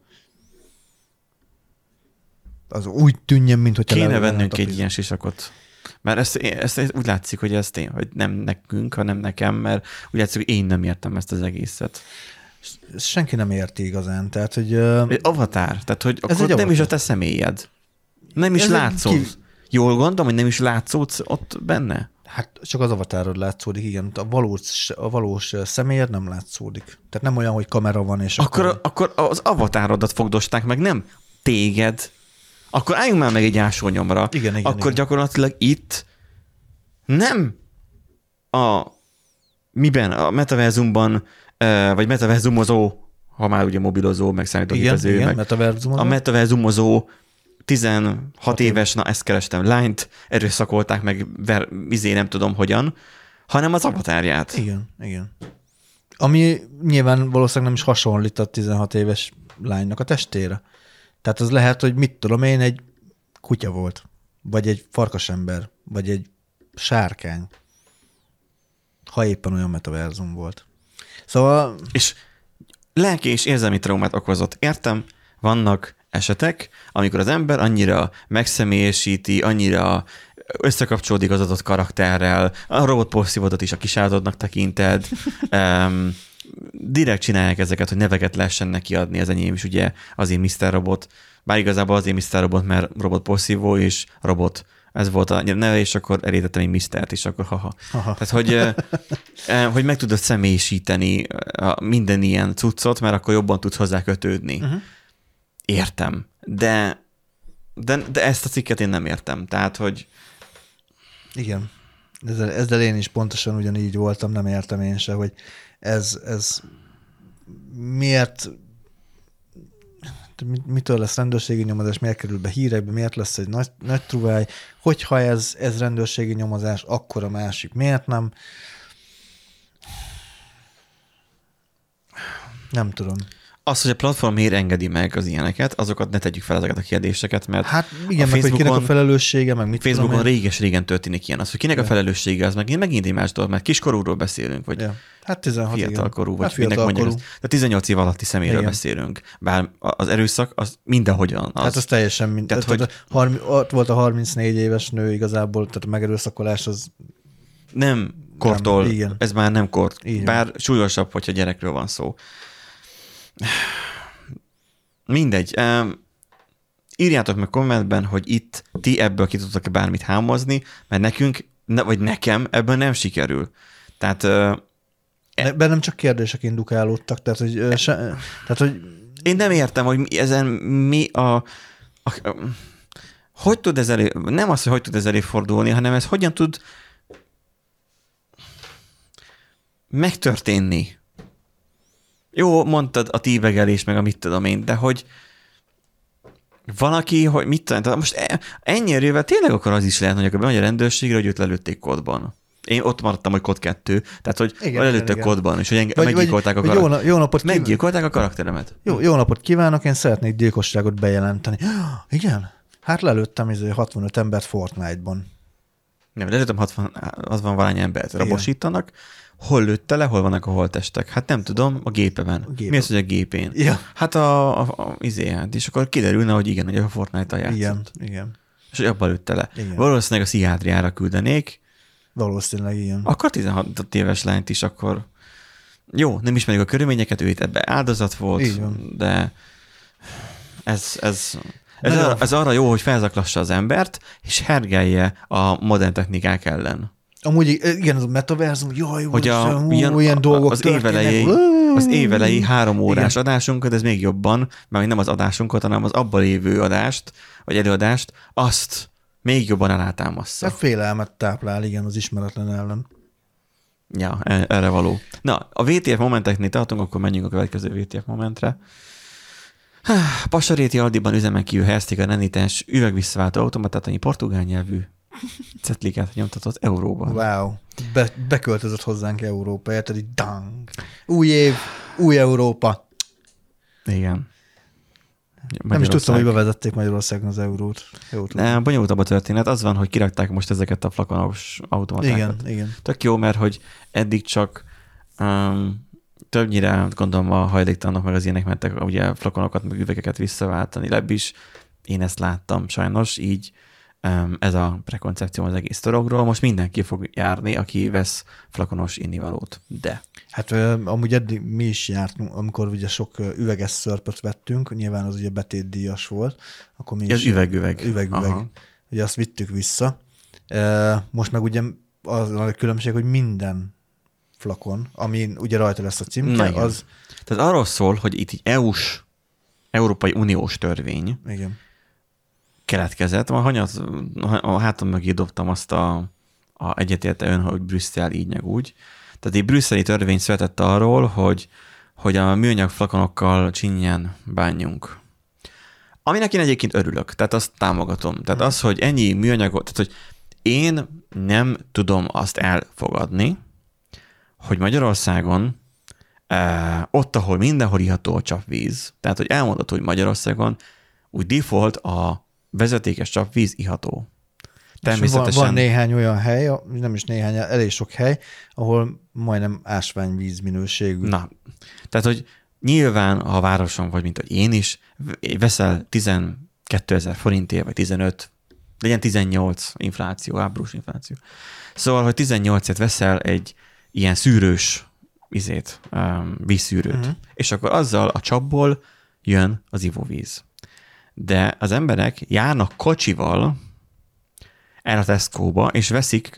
az úgy tűnjön, mint hogy kéne vennünk egy ilyen sisakot. Mert ezt úgy látszik, hogy hogy nem nekünk, hanem nekem, mert úgy látszik, hogy én nem értem ezt az egészet. Senki nem érti igazán. Tehát, hogy... Avatár. Tehát, hogy akkor nem is a te személyed. Nem is látszódsz. Jól gondolom, hogy nem is látszódsz ott benne? Hát csak az avatárod látszódik, igen. A valós személyed nem látszódik. Tehát nem olyan, hogy kamera van, és akkor az avatárodat fogdosták meg, nem téged. Akkor álljunk már meg egy ásónyomra. Igen, akkor gyakorlatilag itt nem a metaverzumban, vagy metaverzumozó, ha már ugye mobilozó, meg számítógépező, igen, meg a metaverzumozó 16 éves, ezt kerestem, lányt erőszakolták meg, nem tudom hogyan, hanem az avatárját. Igen. Ami nyilván valószínűleg nem is hasonlít a 16 éves lánynak a testére. Tehát az lehet, hogy mit tudom én, egy kutya volt, vagy egy farkasember, vagy egy sárkány, ha éppen olyan metaverzum volt. Szóval... És lelki és érzelmi traumát okozott. Értem, vannak esetek, amikor az ember annyira megszemélyesíti, annyira összekapcsolódik az adott karakterrel, a robot porszívódot is a kisáldodnak tekinted, direkt csinálják ezeket, hogy neveket lehessen neki adni, az enyém is ugye azért Mr. Robot, bár igazából azért Mr. Robot, mert robot porszívó és robot. Ez volt a neve, és akkor elértettem egy Mr.-t is, akkor haha. Tehát, hogy meg tudod személyisíteni minden ilyen cuccot, mert akkor jobban tudsz hozzá kötődni. Uh-huh. Értem. De ezt a cikket én nem értem. Tehát, hogy... Igen. Ezzel én is pontosan ugyanígy voltam, nem értem én se, hogy ez miért... Mitől lesz rendőrségi nyomozás, miért kerül be hírekbe, miért lesz egy nagy truváj, hogyha ez rendőrségi nyomozás, akkor a másik miért nem? Nem tudom. Az, hogy a platform miért engedi meg az ilyeneket, azokat ne tegyük fel ezeket a kérdéseket, mert hát igen, meg hogy kinek a felelőssége, meg mit Facebookon réges-régen történik ilyen. Az, hogy kinek a felelőssége, az megint egy más dolog, mert kiskorúról beszélünk, vagy hát 16, fiatalkorú, vagy minek mondjuk ezt. De 18 év alatti személyről beszélünk. Bár az erőszak az mindenhogyan az. Hát az teljesen minden. Ott volt a 34 éves nő igazából, tehát a megerőszakolás az... Nem kortól, ez már nem kort. Igen. Bár súlyosabb, hogyha gyerekről van szó. Mindegy. Írjátok meg kommentben, hogy itt ti ebből ki tudtok bármit hámozni, mert nekünk, vagy nekem ebből nem sikerül. Tehát... Bennem csak kérdések indukálódtak, tehát hogy... Én nem értem, hogy ezen mi hogy tud ez nem az, hogy tud ez előfordulni, hanem ez hogyan tud megtörténni. Jó, mondtad a tívegelés, meg a mit tudom én, de hogy valaki, hogy mit tudom, most ennyi erővel tényleg akkor az is lehet, hogy akkor bemegy a rendőrségre, hogy őt lelőtték kódban. Én ott maradtam, hogy kód 2, tehát hogy lelőttek kódban, és hogy meggyilkolták meggyilkolták a karakteremet. Jó napot kívánok, én szeretnék gyilkosságot bejelenteni. Igen? Hát lelőttem 65 embert Fortnite-ban. Nem, de 60 valány embert rabosítanak, hol lőtte le, hol vannak a holttestek? Hát nem tudom, a gépemen. Mi az, hogy a gépén? Ja. Hát és akkor kiderülne, hogy igen, hogy a Fortnite-tal játszott. Igen. És hogy abban lőtte le. Igen. Valószínűleg a pszichiátriára küldenék, Valószínűleg igen. akkor 16 éves lányt is, akkor jó, nem ismerjük a körülményeket, ő itt ebbe áldozat volt, de ez arra jó, hogy felzaklassa az embert, és hergelje a modern technikák ellen. Amúgy igen, az a metaverzum, jaj, hogy ilyen dolgok az évelei 3 órás adásunkat, ez még jobban, mert nem az adásunkat, hanem az abban lévő adást, vagy előadást, azt még jobban alátámassza. Hát félelmet táplál, igen, az ismeretlen ellen. Ja, erre való. Na, a VTF momenteknél tartunk, akkor menjünk a következő VTF momentre. Pasaréti Aldiban üzemen kívül helyezték a renitens üvegvisszaváltó automatát, ami portugál nyelvű cetliket nyomtatott euróban. Wow. Beköltözött hozzánk Európa, érted? Így dang. Új év, új Európa. Igen. Nem is tudtam, hogy bevezették Magyarországon az eurót. Nem, bonyolultabb a történet. Az van, hogy kirakták most ezeket a flakonos automatákat. Igen. Tök jó, mert hogy eddig csak többnyire gondolom a hajléktalanok meg az ilyenek mentek ugye flakonokat, meg üvegeket visszaváltani. Lebbis én ezt láttam sajnos, így ez a prekoncepció az egész dologról. Most mindenki fog járni, aki vesz flakonos innivalót. De. Hát amúgy eddig mi is jártunk, amikor ugye sok üveges szörpöt vettünk, nyilván az ugye betétdíjas volt, akkor mi is... Ez üveg. Ugye azt vittük vissza. Most meg ugye az a különbség, hogy minden flakon, amin ugye rajta lesz a címke, az... Tehát arról szól, hogy itt egy Európai Uniós törvény keletkezett. A hátam mögé dobtam azt a egyetérte ön, hogy Brüsszel így meg úgy. Tehát egy brüsszeli törvény született arról, hogy a műanyag flakonokkal csinyán bánjunk. Aminek én egyébként örülök, tehát azt támogatom. Tehát az, hogy ennyi műanyagot, tehát hogy én nem tudom azt elfogadni, hogy Magyarországon ott, ahol mindenhol iható a csapvíz, tehát hogy elmondható, hogy Magyarországon úgy default a vezetékes csapvíz iható. Természetesen... Van néhány olyan hely, nem is néhány, elég sok hely, ahol majdnem ásványvíz minőségű. Na, tehát, hogy nyilván, ha a városon vagy, mint hogy én is, veszel 12 000 forintért, vagy 15, legyen 18 infláció, ábrós infláció. Szóval, hogy 18-ért veszel egy ilyen szűrős vízszűrőt, és akkor azzal a csapból jön az ivóvíz. De az emberek járnak kocsival el a Tesco-ba, és veszik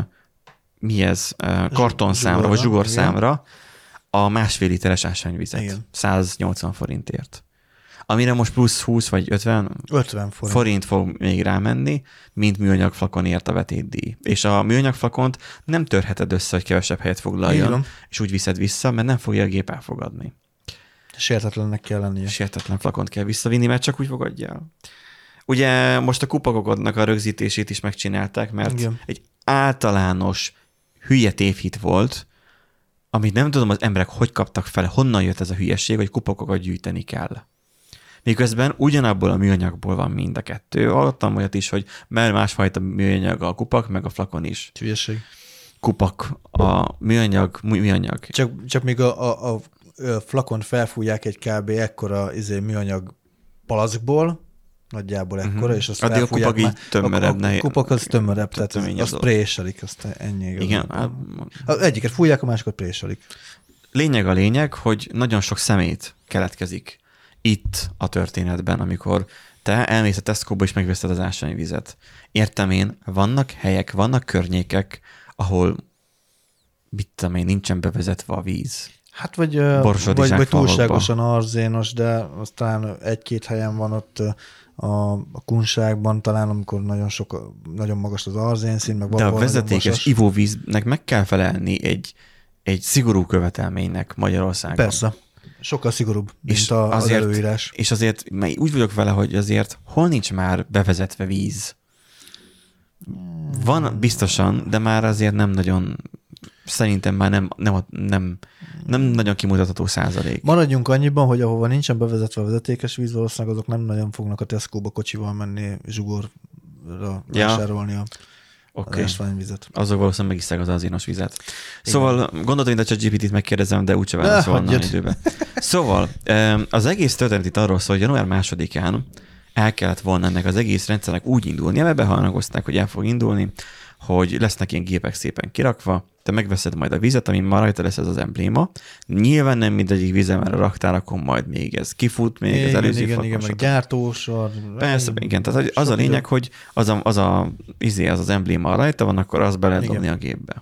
kartonszámra, vagy zsugorszámra a 1,5 literes ásványvizet. Igen. 180 forintért. Amire most plusz 20 vagy 50 forint fog még rámenni, mint műanyag flakonért a vetétdíj. És a műanyag flakont nem törheted össze, hogy kevesebb helyet foglaljon, és úgy viszed vissza, mert nem fogja a gép elfogadni. Sértetlennek kell lennie. Sértetlen flakont kell visszavinni, mert csak úgy fogadja el. Ugye most a kupakoknak a rögzítését is megcsinálták, mert egy általános hülye tévhit volt, amit nem tudom az emberek hogy kaptak fel, honnan jött ez a hülyeség, hogy kupakokat gyűjteni kell. Miközben ugyanabból a műanyagból van mind a kettő. Hallottam olyat is, hogy mert másfajta műanyag a kupak, meg a flakon is. Hülyeség. Kupak, a műanyag. Csak még a flakon felfújják egy kb. Ekkora műanyag palackból, nagyjából ekkora, és azt addig felfújják. A kupak így tömörebb. A kupak az tömörebb, tehát azt préselik, azt ennyi. Igen. Az egyiket fújják, a másikat préselik. Lényeg a lényeg, hogy nagyon sok szemét keletkezik itt a történetben, amikor te elmész a Tesco-ba és megveszed az ásványvizet. Értem én, vannak helyek, vannak környékek, ahol nincsen bevezetve a víz. Hát vagy túlságosan arzénos, de aztán egy-két helyen van ott a Kunságban talán, amikor nagyon magas az arzénszín, meg de a vezetékes ivóvíznek meg kell felelni egy szigorú követelménynek Magyarországon. Persze. Sokkal szigorúbb, mint az előírás. És azért úgy vagyok vele, hogy azért hol nincs már bevezetve víz? Van biztosan, de már azért nem nagyon, szerintem már nem nagyon kimutatható százalék. Maradjunk annyiban, hogy ahova nincsen bevezetve a vezetékes víz, valószínűleg azok nem nagyon fognak a Tesco-ba kocsival menni zsugorra vásárolni. Oké. ásványvizet. Azok valószínűleg megiszták az azinos vizet. Szóval gondoltam, hogy a ChatGPT-t megkérdezem, de úgyse válaszolna időben. Szóval az egész történet itt arról szól, hogy január 2-án el kellett volna ennek az egész rendszernek úgy indulnia, mert beharangozták, hogy el fog indulni, hogy lesznek ilyen gépek szépen kirakva, te megveszed majd a vizet, ami már rajta lesz ez az embléma. Nyilván nem mindegyik vízem, mert a raktárakon majd még ez kifut, még az előző flakon. Igen, meg gyártósor. Persze, igen, tehát az a lényeg, hogy az embléma rajta van, akkor azt be lehet dobni a gépbe.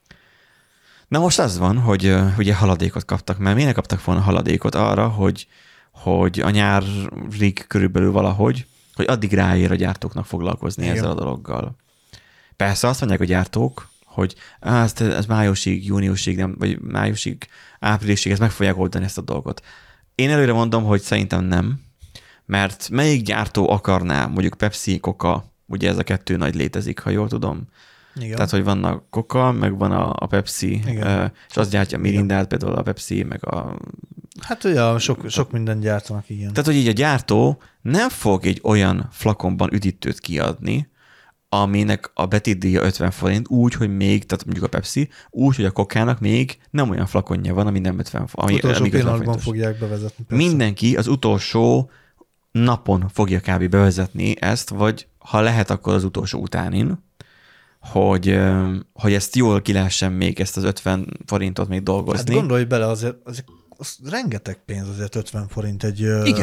Na most az van, hogy ugye haladékot kaptak, mert miért kaptak volna haladékot arra, hogy a nyárig körülbelül valahogy, hogy addig ráér a gyártóknak foglalkozni ezzel a dologgal. Persze azt mondják a gyártók, hogy ez májusig, júniusig, nem, vagy májusig, áprilisig, ez meg fogják oldani ezt a dolgot. Én előre mondom, hogy szerintem nem, mert melyik gyártó akarná, mondjuk Pepsi, Coca, ugye ez a kettő nagy létezik, ha jól tudom. Igen. Tehát, hogy van a Coca, meg van a Pepsi, és azt gyártja Mirindát, például a Pepsi, meg a... Hát ugye sok minden gyártanak, igen. Tehát, hogy így a gyártó nem fog egy olyan flakonban üdítőt kiadni, aminek a betétdíja 50 forint, úgy, hogy még, tehát mondjuk a Pepsi, úgy, hogy a Coca-nak még nem olyan flakonja van, ami nem 50 forint. Utolsó pillanatban fogják bevezetni. Persze. Mindenki az utolsó napon fogja kb. Bevezetni ezt, vagy ha lehet, akkor az utolsó utánin, hogy ezt jól ki lehessen még ezt az 50 forintot még dolgozni. Hát gondolj bele, azért az rengeteg pénz, azért 50 forint egy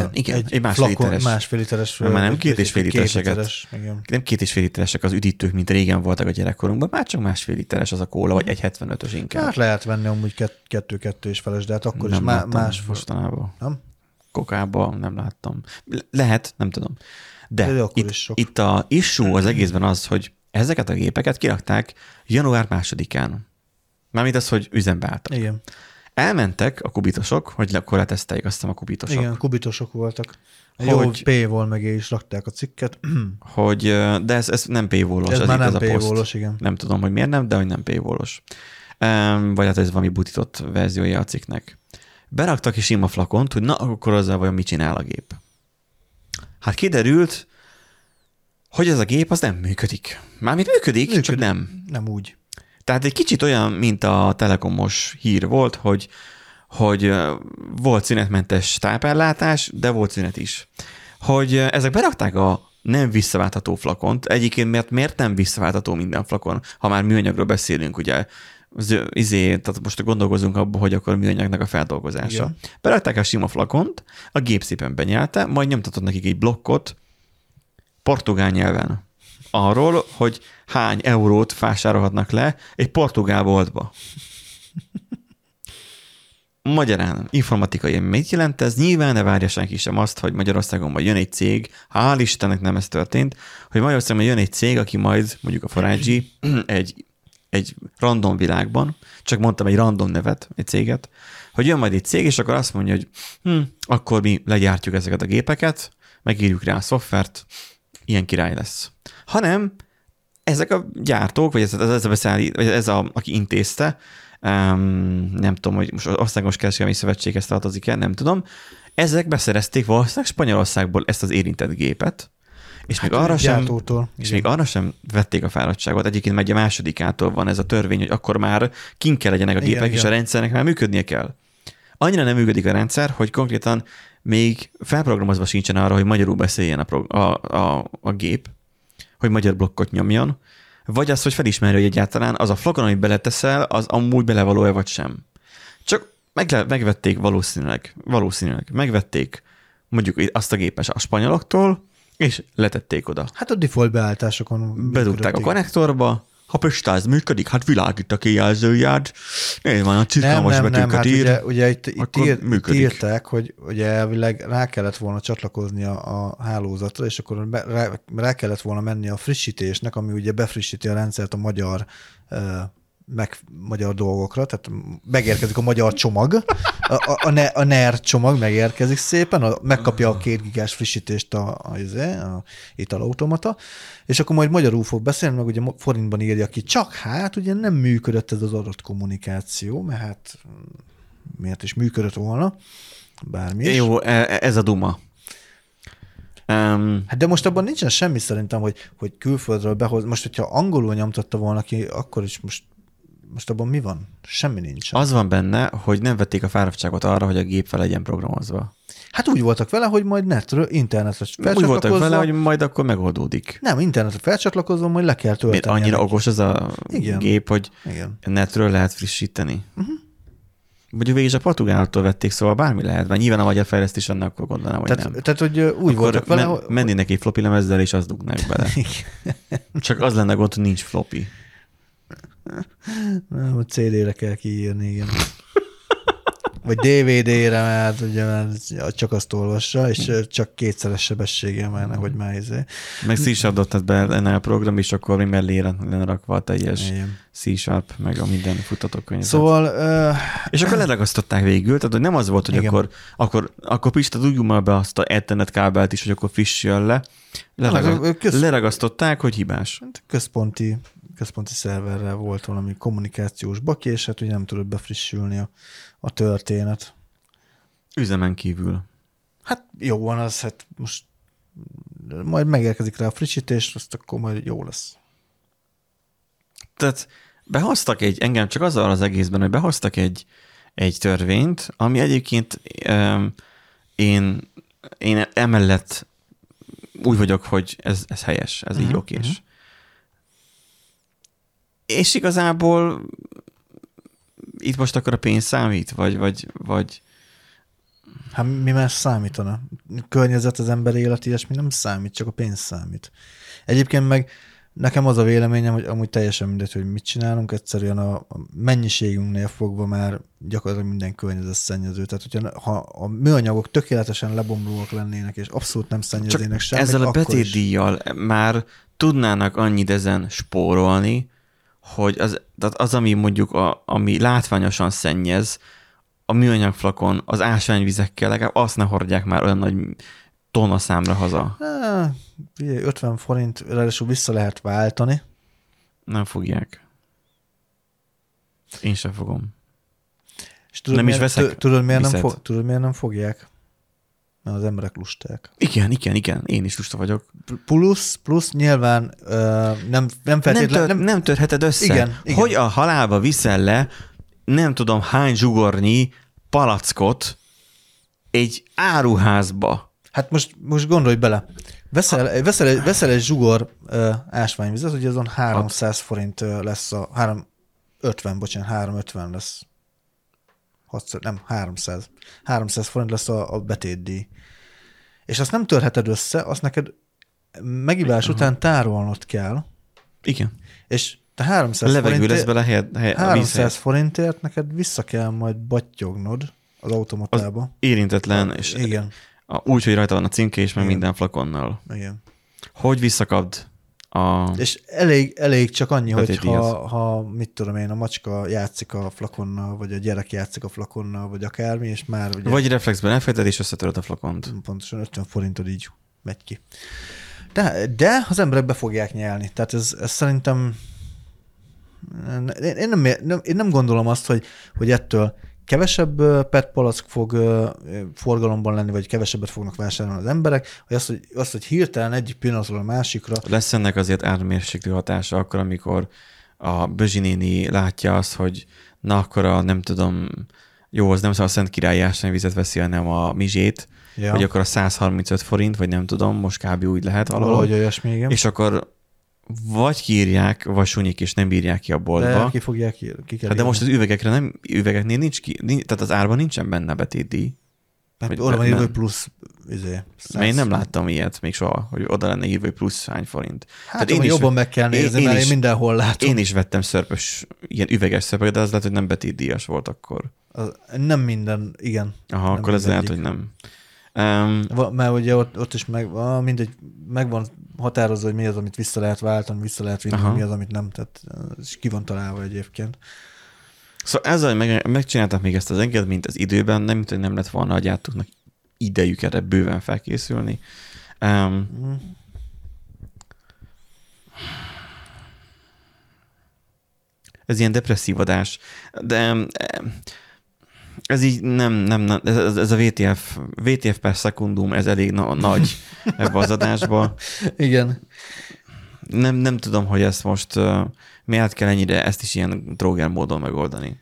másfél literes. Már nem 2,5 litereseket. Nem 2,5 literesek az üdítők, mint régen voltak a gyerekkorunkban, már csak másfél literes az a kóla, vagy 1,75-ös inkább. Hát lehet venni amúgy 2 és feles, de hát akkor nem is más. Mostanában. Nem? Kokában nem láttam. Lehet, nem tudom. De itt a issue az egészben az, hogy ezeket a gépeket kirakták január 2-án. Mármint az, hogy üzembe álltak. Igen. Elmentek a kubitosok, hogy akkor leteszteljék, azt a kubitosok. Igen, kubitosok voltak. Jó paywall megé is rakták a cikket. De ez nem paywallos. Ez már nem paywallos, igen. Nem tudom, hogy miért nem, de hogy nem paywallos. Vagy hát ez valami butított verziója a cikknek. Beraktak is sima flakont, hogy na, akkor azzal vajon mit csinál a gép. Hát kiderült, hogy ez a gép az nem működik. Mármint működik, csak nem. Nem úgy. Tehát egy kicsit olyan, mint a telekomos hír volt, hogy volt szünetmentes tápellátás, de volt szünet is. Hogy ezek berakták a nem visszaváltható flakont. Egyébként miért nem visszaváltható minden flakon, ha már műanyagról beszélünk, ugye? Tehát most gondolkozunk abban, hogy akkor műanyagnak a feldolgozása. Igen. Berakták a sima flakont, a gép szépen benyelte, majd nyomtatott nekik egy blokkot portugál nyelven arról, hogy hány eurót vásárolhatnak le egy portugál boltba. Magyarán informatikai mit jelent ez? Nyilván ne várja senki sem azt, hogy Magyarországon majd jön egy cég, hál' Istennek nem ez történt, hogy Magyarországon jön egy cég, aki majd, mondjuk a Forágyi, egy random világban, csak mondtam egy random nevet, egy céget, hogy jön majd egy cég, és akkor azt mondja, hogy akkor mi legyártjuk ezeket a gépeket, megírjuk rá a szoftvert, ilyen király lesz. Hanem ezek a gyártók, vagy aki intézte, nem tudom, hogy most Országos Kereskedelmi Szövetséghez tartozik-e, nem tudom, ezek beszerezték valószínűleg Spanyolországból ezt az érintett gépet, és, hát még arra sem vették a fáradtságot. Egyébként megy a másodikától van ez a törvény, hogy akkor már kint kell legyenek a gépek, igen, és a rendszernek már működnie kell. Annyira nem működik a rendszer, hogy konkrétan még felprogramozva sincsen arra, hogy magyarul beszéljen a gép, hogy magyar blokkot nyomjon, vagy az, hogy felismerje, hogy egyáltalán az a flakon, amit beleteszel, az amúgy belevaló-e vagy sem. Csak megvették valószínűleg megvették mondjuk azt a gépet a spanyoloktól, és letették oda. Hát a default beállításokon bedugták a konnektorba, ha Pestáz működik, hát világít a kijelzőjád, van a cirkalmas betűket ír, hát ugye itt írták, hogy ugye elvileg rá kellett volna csatlakozni a hálózatra, és akkor rá kellett volna menni a frissítésnek, ami ugye befrissíti a rendszert a magyar dolgokra, tehát megérkezik a magyar csomag, a NER csomag megérkezik szépen, megkapja a 2 gigás frissítést a italautomata, és akkor majd magyarul fog beszélni, meg ugye forintban írja ki, csak hát ugye nem működött ez az adott kommunikáció, mert hát miért is működött volna, bármi is. Jó, ez a duma. Hát de most abban nincsen semmi szerintem, hogy külföldről behoz. Most, hogyha angolul nyomtatta volna ki, akkor is most abban mi van? Semmi nincsen. Az van benne, hogy nem vették a fáradtságot arra, hogy a gép fel legyen programozva. Hát úgy voltak vele, hogy majd netről, internetre Úgy voltak vele, hogy majd akkor megoldódik. Nem, internetre felcsatlakozom, majd le kell tölteni. Miért annyira okos az a gép, hogy netről lehet frissíteni? Mondjuk végig a portugáloktól vették, szóval bármi lehet. Mert nyilván a magyar fejlesztés annak akkor gondolnám, hogy nem. Tehát, hogy úgy voltak vele, menni neki floppy lemezzel, és azt dugnak bele. Csak az lenne gond, hogy nincs floppy. Nem, a CD-re kell kiírni, igen. Vagy DVD-re, mert ugye csak azt olvassa, és csak kétszeres sebességgel már nehogy már izé. Meg C-Sharp.net be lenne a program, és akkor mi mellé lenne rakva a teljes C-Sharp, meg a minden futtatókönyvet. Szóval... És akkor leragasztották végül, tehát hogy nem az volt, hogy akkor Pista dugjuk már be azt a Ethernet kábelt is, hogy akkor frissjön le. Leragasztották, hogy hibás. Központi szerverrel volt valami kommunikációs baki, és hát ugye nem tudott befrissülni a történet. Üzemen kívül. Hát jó van az, hát most majd megérkezik rá a frissítés, azt akkor majd jó lesz. Tehát behoztak engem csak azzal az egészben, hogy behoztak egy törvényt, ami egyébként én emellett úgy vagyok, hogy ez helyes, ez így okés. És igazából itt most akkor a pénz számít? Vagy... Hát mi más számítana? Környezet, az ember élet, ilyesmi nem számít, csak a pénz számít. Egyébként meg nekem az a véleményem, hogy amúgy teljesen mindegy, hogy mit csinálunk, egyszerűen a mennyiségünknél fogva már gyakorlatilag minden környezetszennyező. Tehát, hogyha ha a műanyagok tökéletesen lebomlóak lennének, és abszolút nem szennyeznének semmit, ezzel a betétdíjjal már tudnának annyit ezen spórolni, hogy az ami mondjuk ami látványosan szennyez, a műanyag flakon, az ásványvizekkel, legalább azt ne hordják már olyan nagy tonna számra haza. 50 forint, ráadásul vissza lehet váltani. Nem fogják. Én sem fogom. És tudod, is veszek. Tudod, miért nem fogják? Mert az emberek lusták. Igen. Én is lusta vagyok. Plusz nyilván nem feltétlenül... Nem törheted össze. Igen. Hogy a halálba viszel le nem tudom hány zsugornyi palackot egy áruházba. Hát most gondolj bele. Veszel egy zsugor ásványvizet, ugye azon 300 forint lesz 350 lesz. 300. 300 forint lesz a betétdíj. És azt nem törheted össze, azt neked megivás után tárolnod kell. Igen. És te 300 forintért neked vissza kell majd battyognod az automatába. Az érintetlen, és igen. Úgy, hogy rajta van a címke és meg minden flakonnal. Igen. Hogy visszakapd és elég csak annyi, hogy ha mit tudom én, a macska játszik a flakonnal, vagy a gyerek játszik a flakonnal, vagy akármi, és már... Ugye, vagy reflexben elfejted, és összetöröd a flakont. Pontosan 50 forintod így megy ki. De az emberek be fogják nyelni. Tehát ez szerintem... Én nem gondolom azt, hogy ettől kevesebb PET palack fog forgalomban lenni, vagy kevesebbet fognak vásárolni az emberek, hogy azt, hogy hirtelen egyik pillanatról a másikra... Lesz ennek azért ármérséklő hatása akkor, amikor a Bözsi néni látja azt, hogy na akkor nem tudom, jó, az nem a Szent Királyi ásványvizet veszi, hanem a Mizsét, hogy akkor a 135 forint, vagy nem tudom, most kb. Úgy lehet valahogy olyasmi, igen. És akkor vagy kiírják, vagy sunyik, és nem bírják ki a boltba. De ki fogják hát de most az üvegeknél nincs ki, tehát az árban nincsen benne betétdíj. Hát oda van írva, hogy plusz 100. Én nem láttam ilyet még soha, hogy oda lenne írva, hogy plusz hány forint. Hát én jobban meg kell nézni, mert én mindenhol látom. Én is vettem szörpös, ilyen üveges szörpöket, de az lehet, hogy nem betétdíjas volt akkor. Nem minden, igen. Aha, nem akkor ez lehet, hogy nem. Mert ugye ott is meg van határozva, hogy mi az, amit vissza lehet váltani, vissza lehet vinni, mi az, amit nem. Tehát és ki van találva egyébként. Szóval ezzel, hogy megcsinálták még ezt az engedményt az időben, nem mint, hogy nem lett volna a gyártóknak idejük erre bőven felkészülni. Ez ilyen depresszív adás, de Ez így nem ez a VTF per szekundum, ez elég nagy ebbe az adásba. Igen. Nem tudom, hogy ezt most miért kell ennyire ezt is ilyen tróger módon megoldani.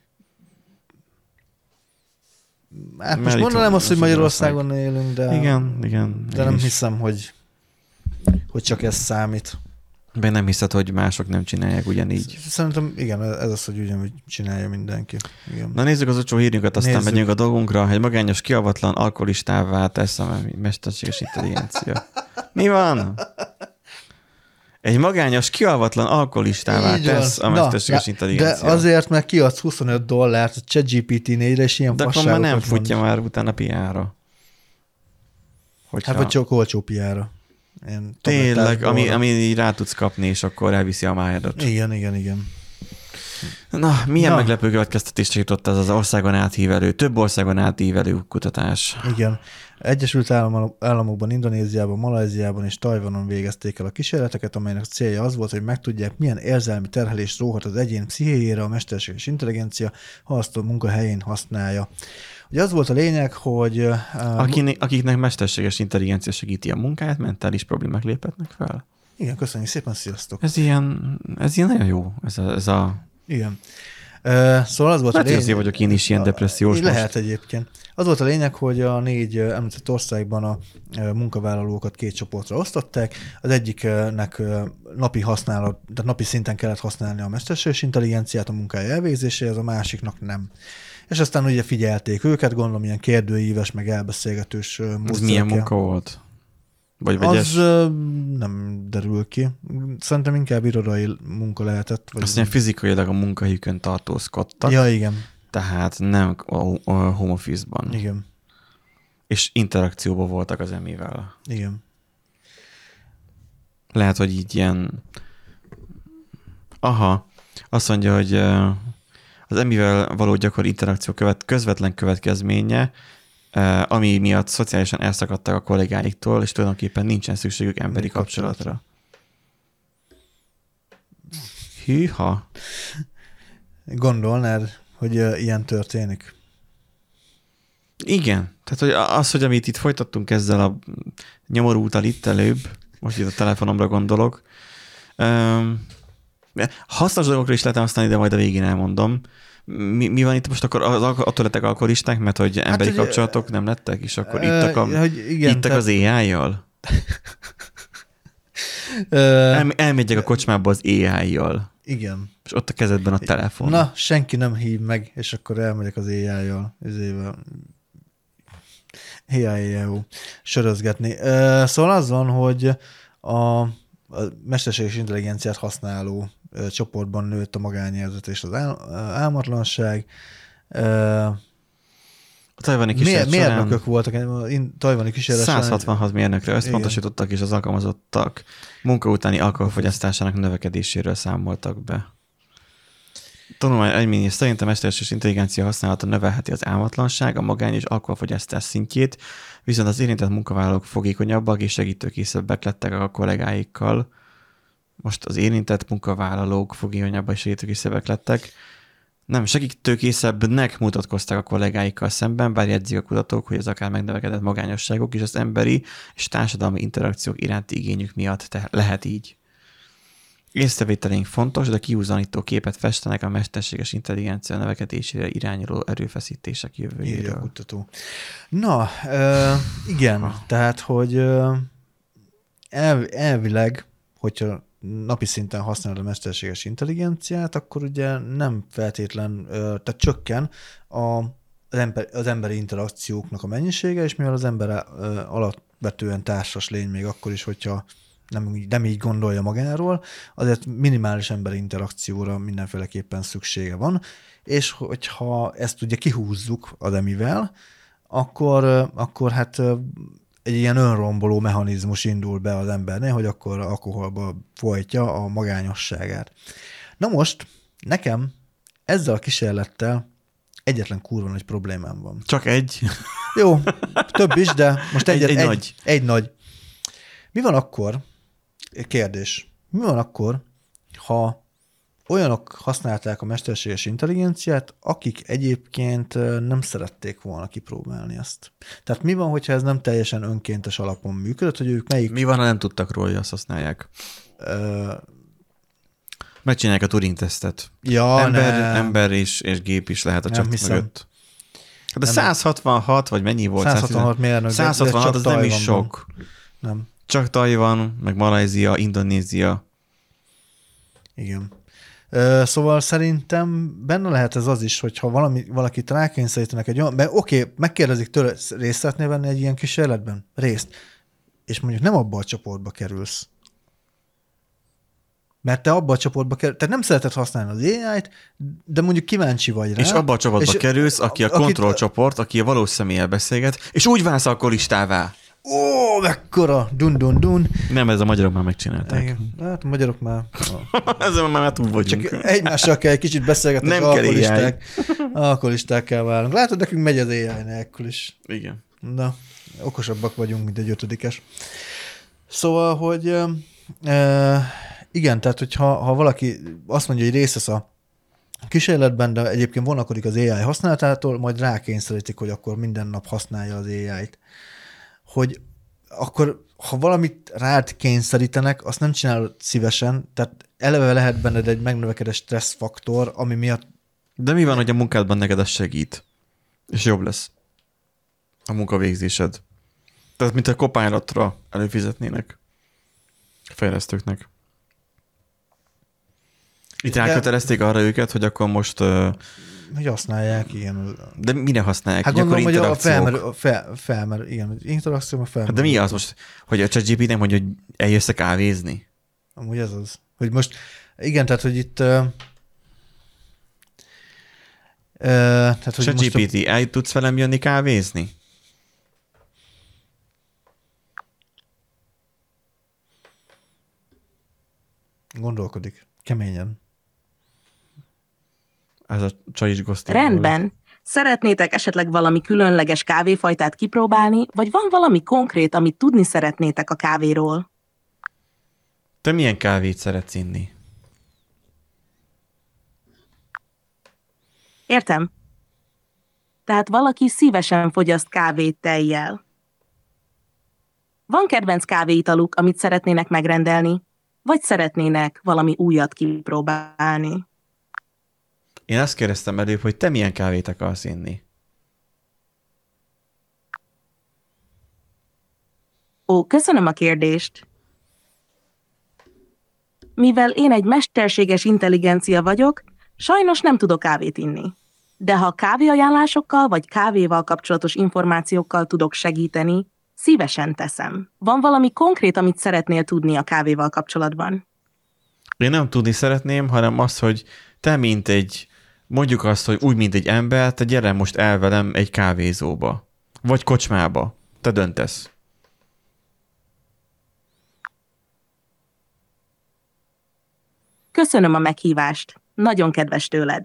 Hát most mondanám azt, hogy Magyarországon élünk, de, igen, de nem hiszem, hogy csak ez számít. De nem hiszed, hogy mások nem csinálják ugyanígy. Szerintem igen, ez az, hogy ugyanúgy csinálja mindenki. Igen. Na nézzük az utolsó hírünket, aztán megyünk a dolgunkra. Egy magányos, kiavatlan alkoholistává tesz a mesterséges intelligencia. Mi van? Egy magányos, kialvatlan alkoholistává tesz a mesterséges intelligencia. De azért, mert kiadsz $25 a ChatGPT-4-re, és ilyen fasságokat de akkor már nem futja már utána PR-ra. Hát vagy csak olcsó PR-ra. Tényleg, ami rá tudsz kapni, és akkor elviszi a májadat. Igen. Na, milyen meglepő következtetésre jutott ez az országon átívelő, több országon átívelő kutatás? Igen. Egyesült Államokban, Indonéziában, Malajziában és Tajvanon végezték el a kísérleteket, amelynek célja az volt, hogy megtudják, milyen érzelmi terhelést róhat az egyén pszichéjére a mesterséges intelligencia, ha azt a munkahelyén használja. Ugye az volt a lényeg, hogy... Akiknek mesterséges intelligencia segíti a munkáját, mentális problémák léphetnek fel. Igen, köszönjük szépen, sziasztok! Ez ilyen nagyon jó, ez a... Igen. Szóval az volt a lényeg... vagyok én is ilyen depressziós lehet most. Egyébként. Az volt a lényeg, hogy a 4 említett országban a munkavállalókat 2 csoportra osztották. Az egyiknek napi szinten kellett használni a mesterséges intelligenciát a munkája elvégzéséhez, a másiknak nem. És aztán ugye figyelték őket, gondolom ilyen kérdőíves, meg elbeszélgetős módszerekkel. Ez milyen munka volt? Vagy vegyes? Az nem derül ki. Szerintem inkább irodai munka lehetett. Vagy azt mondja, fizikailag a munkahelyükön tartózkodtak. Ja, igen. Tehát nem a home office-ban. Igen. És interakcióban voltak az emivel. Igen. Lehet, hogy így ilyen... Azt mondja, hogy az emivel való gyakori interakció közvetlen következménye, ami miatt szociálisan elszakadtak a kollégáiktól, és tulajdonképpen nincsen szükségük emberi kapcsolatra. Hűha! Gondolnád, hogy ilyen történik? Igen. Tehát hogy amit itt folytattunk ezzel a nyomorúttal itt előbb, most itt a telefonomra gondolok, hasznos dolgokra is lehetem használni, de majd a végén elmondom. Mi van itt most akkor? Attól lettek alkoholisták, mert hogy emberi kapcsolatok nem lettek, és akkor ittak az AI-jal? Elmegyek a kocsmába az AI-jal. Igen. És ott a kezedben a telefon. Na, senki nem hív meg, és akkor elmegyek az AI-jal. Sörözgetni. Szóval az van, hogy a mesterséges intelligenciát használó csoportban nőtt a magányérzet és az álmatlanság. A tajvani kísérlet mérnökök voltak, a tajvani kísérlet 166 mérnökre összpontosítottak, és az alkalmazottak munka utáni alkoholfogyasztásának növekedéséről számoltak be. Tanulmány eredménye szerint a mesterséges intelligencia használata növelheti az álmatlanság, a magány és alkoholfogyasztás szintjét, viszont az érintett munkavállalók fogékonyabbak és segítőkészebbek lettek a kollégáikkal. Most az érintett munkavállalók fogékonyabbak és segítőkészebbek lettek. Nem, segítőkészebbnek mutatkoztak a kollégáikkal szemben, bár jegyzik a kutatók, hogy ez akár megnövekedett magányosságok és az emberi és társadalmi interakciók iránti igényük miatt lehet így. Észrevételeink fontos, de kiúzanító képet festenek a mesterséges intelligencia növekedésére irányuló erőfeszítések jövőjéről. Írja a kutató. Na, igen, tehát, hogy elvileg, hogyha napi szinten használod a mesterséges intelligenciát, akkor ugye nem feltétlen, tehát csökken az emberi interakcióknak a mennyisége, és mivel az ember alapvetően társas lény még akkor is, hogyha nem így gondolja magáról, azért minimális emberi interakcióra mindenféleképpen szüksége van, és hogyha ezt ugye kihúzzuk az emivel, akkor hát egy ilyen önromboló mechanizmus indul be az embernél, hogy akkor alkoholba folytja a magányosságát. Na most, nekem ezzel a kísérlettel egyetlen kurva nagy problémám van. Csak egy? Jó, több is, de most egy nagy. Mi van akkor, kérdés, mi van akkor, ha olyanok használták a mesterséges intelligenciát, akik egyébként nem szerették volna kipróbálni ezt. Tehát mi van, hogyha ez nem teljesen önkéntes alapon működött, hogy ők melyik... Mi van, ha nem tudtak róla, hogy azt használják? Megcsinálják a Turing-tesztet. Ja, ember is, és gép is lehet a csap mögött. Hát a 166, vagy mennyi volt? 166 mérnök. 166 az nem is sok. Nem. Csak Tajvan, meg Malajzia, Indonézia. Igen. Szóval szerintem benne lehet ez az is, hogyha valakit rákényszerítenek egy olyan, mert megkérdezik tőle, részt szeretnél venni egy ilyen kísérletben? Részt. És mondjuk nem abba a csoportba kerülsz. Mert te abba a csoportba kerülsz, tehát nem szereted használni az AI-t, de mondjuk kíváncsi vagy rá. És abba a csoportba kerülsz, aki a kontrollcsoport, aki a valós személlyel beszélget, és úgy válsz alkoholistává. Ó, mekkora! Dun. Nem, ez a magyarok már megcsinálták. Igen. Hát a magyarok már... Ezzel már túl vagyunk. Csak egymással kell egy kicsit beszélgetni, nem és alkoholistákkel válunk. Látod, nekünk megy az AI nélkül is. Igen. Na, okosabbak vagyunk, mint egy 5-es. Szóval, hogy igen, tehát hogyha valaki azt mondja, hogy részt vesz a kísérletben, de egyébként vonakodik az AI használatától, majd rákényszerítik, hogy akkor minden nap használja az AI-t. Hogy akkor, ha valamit rád kényszerítenek, azt nem csinálod szívesen, tehát eleve lehet benned egy megnövekedett stresszfaktor, ami miatt... De mi van, hogy a munkádban neked ez segít? És jobb lesz a munkavégzésed. Tehát, mint a Copilot-ra előfizetnének a fejlesztőknek. Itt rákötelezték arra őket, hogy akkor most... Hogy használják, igen. De mire használják? Hát gondolom, hogy a felmerül, igen, interakció, a felmerül. Hát de mi az most, hogy a ChatGPT nem mondja, hogy eljössz kávézni? Amúgy ez az. Hogy most, igen, tehát, hogy itt... ChatGPT, el tudsz velem jönni kávézni? Gondolkodik. Keményen. Ez a csaj is gosztén. Rendben. Szeretnétek esetleg valami különleges kávéfajtát kipróbálni, vagy van valami konkrét, amit tudni szeretnétek a kávéról? Te milyen kávét szeretsz inni? Értem. Tehát valaki szívesen fogyaszt kávét tejjel. Van kedvenc kávéitaluk, amit szeretnének megrendelni, vagy szeretnének valami újat kipróbálni? Én azt kérdeztem előbb, hogy te milyen kávét akarsz inni? Ó, köszönöm a kérdést. Mivel én egy mesterséges intelligencia vagyok, sajnos nem tudok kávét inni. De ha kávéajánlásokkal vagy kávéval kapcsolatos információkkal tudok segíteni, szívesen teszem. Van valami konkrét, amit szeretnél tudni a kávéval kapcsolatban? Én nem tudni szeretném, hanem azt, hogy te mint egy, mondjuk azt, hogy úgy, mint egy ember, te gyere most el velem egy kávézóba. Vagy kocsmába. Te döntesz. Köszönöm a meghívást. Nagyon kedves tőled.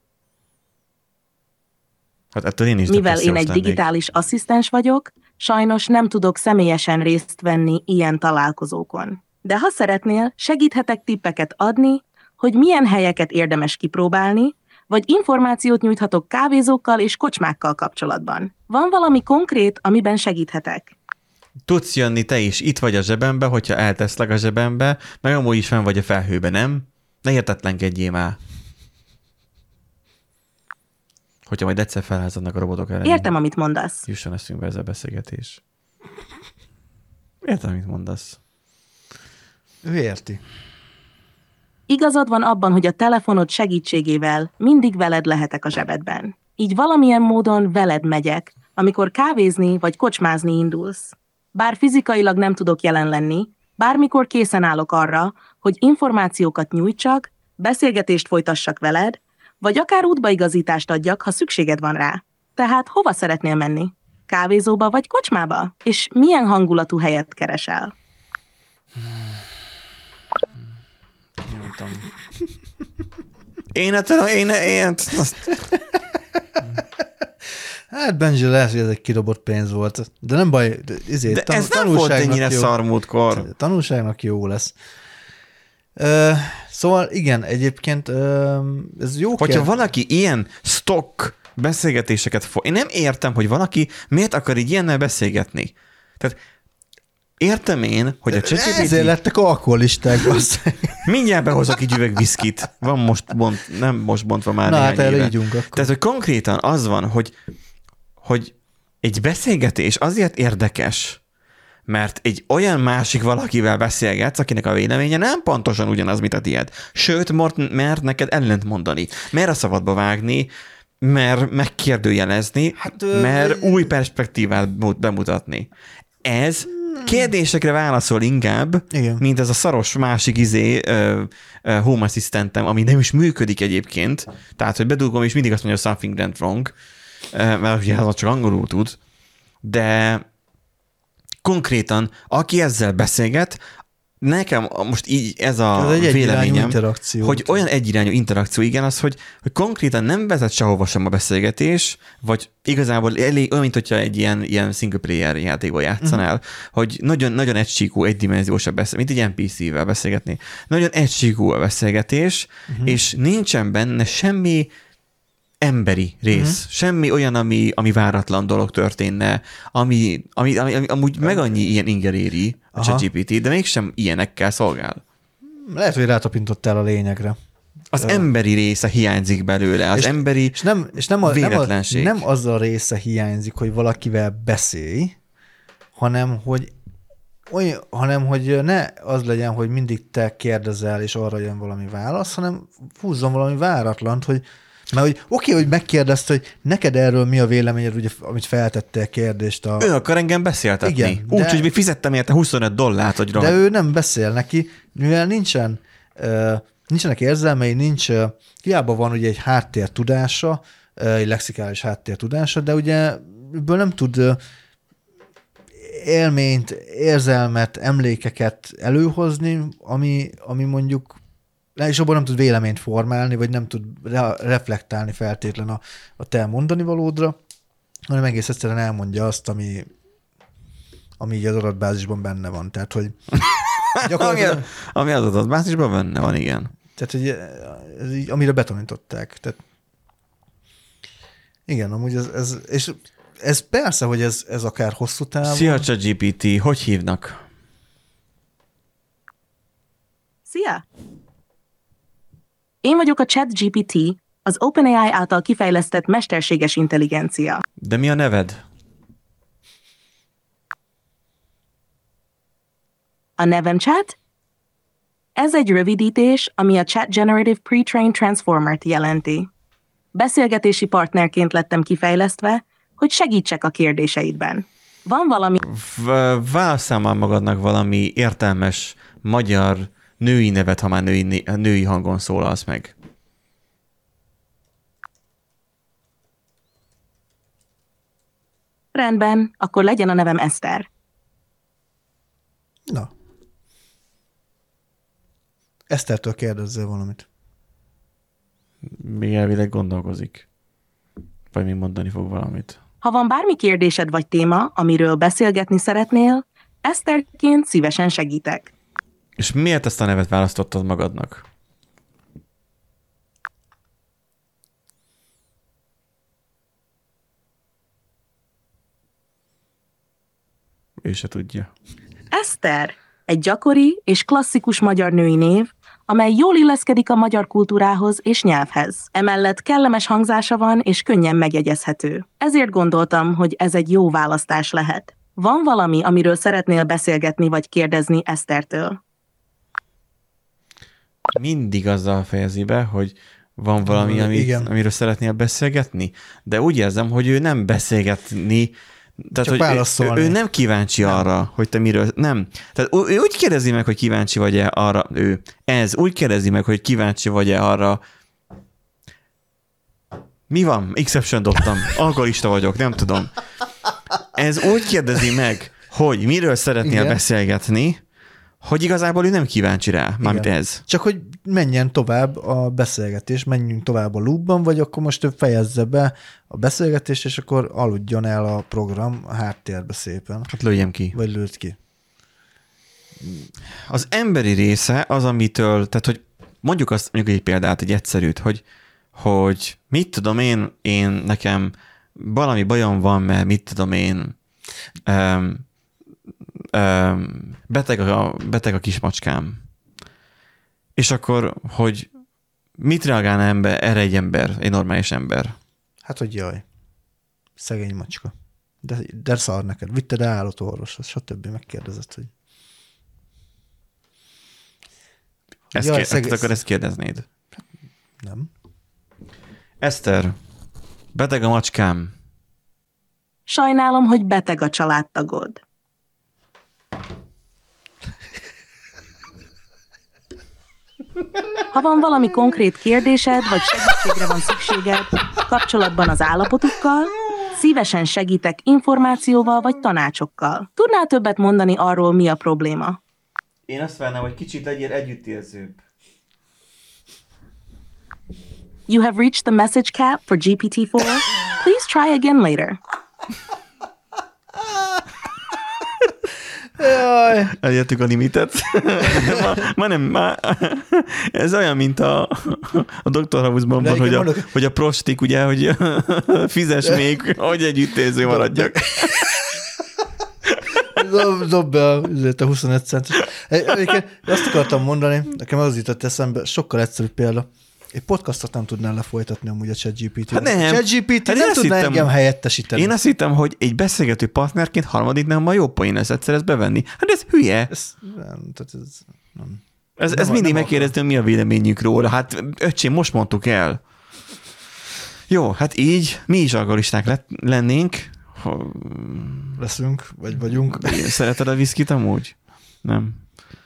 Hát ettől én is Mivel én egy lennék. digitális asszisztens vagyok, sajnos nem tudok személyesen részt venni ilyen találkozókon. De ha szeretnél, segíthetek tippeket adni, hogy milyen helyeket érdemes kipróbálni, vagy információt nyújthatok kávézókkal és kocsmákkal kapcsolatban. Van valami konkrét, amiben segíthetek? Tudsz jönni te is, itt vagy a zsebembe, hogyha elteszlek a zsebembe, meg amúgy is fenn vagy a felhőbe, nem? Ne értetlenkedjél már. Hogyha majd egyszer felházadnak a robotok ellen. Értem, amit mondasz. Jusson eszünkbe ez a beszélgetés. Értem, amit mondasz. Ő érti. Igazad van abban, hogy a telefonod segítségével mindig veled lehetek a zsebedben. Így valamilyen módon veled megyek, amikor kávézni vagy kocsmázni indulsz. Bár fizikailag nem tudok jelen lenni, bármikor készen állok arra, hogy információkat nyújtsak, beszélgetést folytassak veled, vagy akár útbaigazítást adjak, ha szükséged van rá. Tehát hova szeretnél menni? Kávézóba vagy kocsmába? És milyen hangulatú helyet keresel? Nyomtam. Hát Benji, lehet, hogy ez egy kidobott pénz volt. De nem baj, de ez nem volt ennyire szar múltkor. Tanulságnak jó lesz. Szóval igen, egyébként ez jó. Hogyha valaki ilyen stock beszélgetéseket én nem értem, hogy valaki miért akar így ilyennel beszélgetni. Tehát értem én, hogy a ChatGPT... Ezért lettek alkoholisták. Mindjárt behozok egy üveg viszkit. Van most nem most bontva már na, néhány hát éve. ígyunk akkor. Tehát, hogy konkrétan az van, hogy egy beszélgetés azért érdekes, mert egy olyan másik valakivel beszélgetsz, akinek a véleménye nem pontosan ugyanaz, mint a tiéd. Sőt, mert neked ellent mondani, mert a szabadba vágni, mert megkérdőjelezni, mert új perspektívát bemutatni. Ez kérdésekre válaszol inkább, igen, mint ez a szaros másik Home Assistantem, ami nem is működik egyébként. Tehát, hogy bedugom, és mindig azt mondja, something went wrong, mert ugye az csak angolul tud. De konkrétan, aki ezzel beszélget, nekem most így ez a véleményem, hogy olyan egyirányú interakció, igen, az, hogy konkrétan nem vezet sehova sem a beszélgetés, vagy igazából elég olyan, mint hogyha egy ilyen single player játékból játszanál, hogy nagyon, nagyon egysíkú, egydimenziós a beszélgetés, mint egy NPC-vel beszélgetni. Nagyon egysíkú a beszélgetés, és nincsen benne semmi emberi rész. Semmi olyan, ami váratlan dolog történne, ami amúgy meg annyi ilyen inger éri a ChatGPT, de mégsem ilyenekkel szolgál. Lehet, hogy rátapintottál a lényegre. Az emberi része hiányzik belőle, az emberi véletlenség. Nem az a része hiányzik, hogy valakivel beszélj, hanem hogy ne az legyen, hogy mindig te kérdezel, és arra jön valami válasz, hanem húzzon valami váratlant, hogy mert hogy oké, hogy megkérdezte, hogy neked erről mi a véleményed, ugye, amit feltettél kérdést. Ő akar engem beszéltetni. Úgy, hogy mi fizettem érte $25, hogy de ő nem beszél neki, mivel nincsenek érzelmei, hiába van ugye egy háttértudása, egy lexikális háttértudása, de ugye ebből nem tud élményt, érzelmet, emlékeket előhozni, ami mondjuk és abban nem tud véleményt formálni, vagy nem tud reflektálni feltétlen a te mondani valódra, hanem egész egyszerűen elmondja azt, ami így az adatbázisban benne van. Tehát, hogy ami az adatbázisban benne van, igen. Tehát, hogy amire betanították. Tehát, igen, amúgy ez persze, hogy ez akár hosszú távon. Szia, ChatGPT, hogy hívnak? Szia! Én vagyok a ChatGPT, az OpenAI által kifejlesztett mesterséges intelligencia. De mi a neved? A nevem Chat? Ez egy rövidítés, ami a Chat Generative Pre-trained Transformer-t jelenti. Beszélgetési partnerként lettem kifejlesztve, hogy segítsek a kérdéseidben. Van valami... Válasszál már magadnak valami értelmes magyar női nevet, ha már női hangon szólalsz meg. Rendben, akkor legyen a nevem Eszter. Na. Esztertől kérdezzél valamit. Még elvileg gondolkozik. Vagy még mondani fog valamit. Ha van bármi kérdésed vagy téma, amiről beszélgetni szeretnél, Eszterként szívesen segítek. És miért ezt a nevet választottad magadnak? Ő se tudja. Eszter egy gyakori és klasszikus magyar női név, amely jól illeszkedik a magyar kultúrához és nyelvhez. Emellett kellemes hangzása van és könnyen megjegyezhető. Ezért gondoltam, hogy ez egy jó választás lehet. Van valami, amiről szeretnél beszélgetni vagy kérdezni Esztertől? Mindig azzal fejezi be, hogy van valami, amiről szeretnél beszélgetni, de úgy érzem, hogy ő nem beszélgetni, tehát hogy ő nem kíváncsi arra, hogy te miről, nem. Tehát ő úgy kérdezi meg, hogy kíváncsi vagy-e arra, úgy kérdezi meg, hogy kíváncsi vagy-e arra. Mi van? Exception dobtam. Alkoholista vagyok, nem tudom. Ez úgy kérdezi meg, hogy miről szeretnél beszélgetni, hogy igazából ő nem kíváncsi rá, mármint ez. Csak hogy menjen tovább a beszélgetés, menjünk tovább a loopban, vagy akkor most ő fejezze be a beszélgetést, és akkor aludjon el a program a háttérbe szépen. Hát lőjem ki. Vagy lőd ki. az emberi része az, amitől, tehát hogy mondjuk egy példát, egy egyszerűt, hogy mit tudom én nekem valami bajom van, mert mit tudom én, beteg a kismacskám. És akkor, hogy mit reagálna erre egy ember, egy normális ember? Hát, hogy jaj, szegény macska. De szar neked, vitted el állatorvoshoz, stb. Megkérdezett, hogy... Akkor ezt kérdeznéd? Nem. Eszter, beteg a macskám. Sajnálom, hogy beteg a családtagod. Ha van valami konkrét kérdésed, vagy segítségre van szükséged kapcsolatban az állapotukkal, szívesen segítek információval vagy tanácsokkal. Tudnál többet mondani arról, mi a probléma? Én azt várnám, hogy kicsit legyél együttérzőbb. You have reached the message cap for GPT-4. Please try again later. Jaj. Elértük a limitet. Ez olyan, mint a Dr. House-ban van, hogy a prostik, ugye, hogy fizes még, hogy együttérző maradjak. Dob be a 25 centet. Azt akartam mondani, nekem az jutott eszembe, sokkal egyszerűbb példa. Egy podcastot nem tudnál lefolytatni amúgy a ChatGPT. Hát nem. ChatGPT nem tudná engem helyettesíteni. Én azt hittem, hogy egy beszélgető partnerként harmadik nem a jó poén lesz egyszer ezt bevenni. Hát ez hülye. Ez mindig megkérdeztem, mi a véleményük róla. Hát öcsém, most mondtuk el. Jó, hát így mi is alkoholisták lennénk. Leszünk, vagy vagyunk. Szereted a viszkit amúgy? Nem.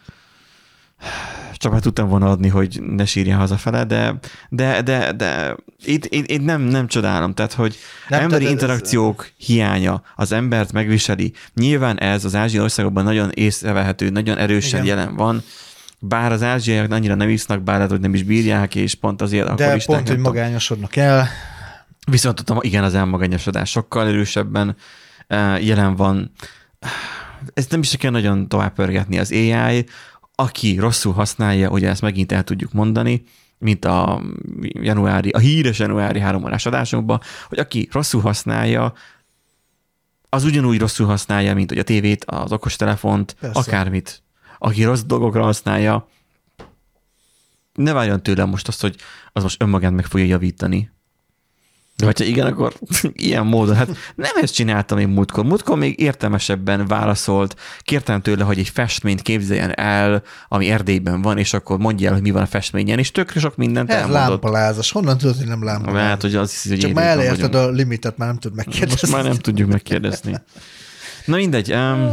Csak már tudtam volna adni, hogy ne sírjál hazafele, de itt nem csodálom. Tehát, hogy nem, emberi interakciók hiánya az embert megviseli. Nyilván ez az ázsiai országokban nagyon észrevehető, nagyon erősen jelen van, bár az ázsiaiak annyira nem isznak, bár lehet, hogy nem is bírják, és pont azért de pont, hogy magányosodnak el. Viszont tudom, igen, az elmagányosodás sokkal erősebben jelen van. Ezt nem is kell nagyon tovább pörgetni az AI, aki rosszul használja, ugye ezt megint el tudjuk mondani, mint a híres januári 3 órás adásunkban, hogy aki rosszul használja, az ugyanúgy rosszul használja, mint hogy a tévét, az okostelefont, akármit. Aki rossz dolgokra használja, ne várjon tőlem most azt, hogy az most önmagát meg fogja javítani. Vagy ha igen, akkor ilyen módon. Hát nem ezt csináltam én múltkor. Múltkor még értelmesebben válaszolt. Kértem tőle, hogy egy festményt képzeljen el, ami Erdélyben van, és akkor mondja el, hogy mi van a festményen, és tökre sok mindent elmondott. Ez lámpalázas. Honnan tudod, hogy nem lámpalázas? Hát, hogy az hiszi, hogy csak már elérted a limitet, már nem tud megkérdezni. Most már nem tudjuk megkérdezni. Na mindegy.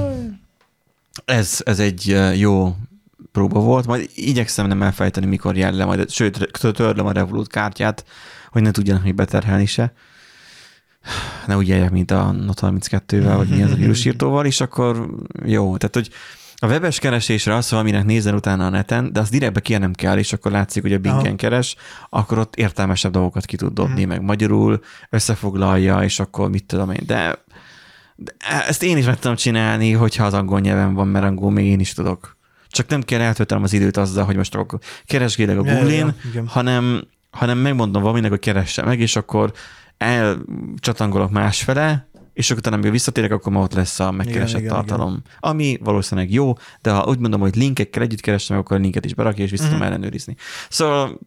Ez egy jó próba volt. Majd igyekszem nem elfejteni, mikor jár le, majd, sőt, törlöm a Revolut kártyát, hogy ne tudjanak még beterhelni se. Ne úgy eljek, mint a Note 32-vel, vagy mi az a vírusírtóval, és akkor jó. Tehát, hogy a webes keresésre az, aminek nézzen utána a neten, de azt direktbe kérnem kell, és akkor látszik, hogy a Bingen keres, akkor ott értelmesebb dolgokat ki tud dobni, meg magyarul összefoglalja, és akkor mit tudom én. De ezt én is meg tudom csinálni, hogyha az angol nyelven van, mert angol még én is tudok. Csak nem kell eltöltenem az időt azzal, hogy most akkor keresgélek a Google-én, hanem megmondom valaminek, hogy keresse meg, és akkor elcsatangolok másfele, és akkor utána, amikor visszatérek, akkor már ott lesz a megkeresett tartalom. Igen. Ami valószínűleg jó, de ha úgy mondom, hogy linkekkel együtt keresem, akkor a linket is berakja, és vissza tudom ellenőrizni. Szóval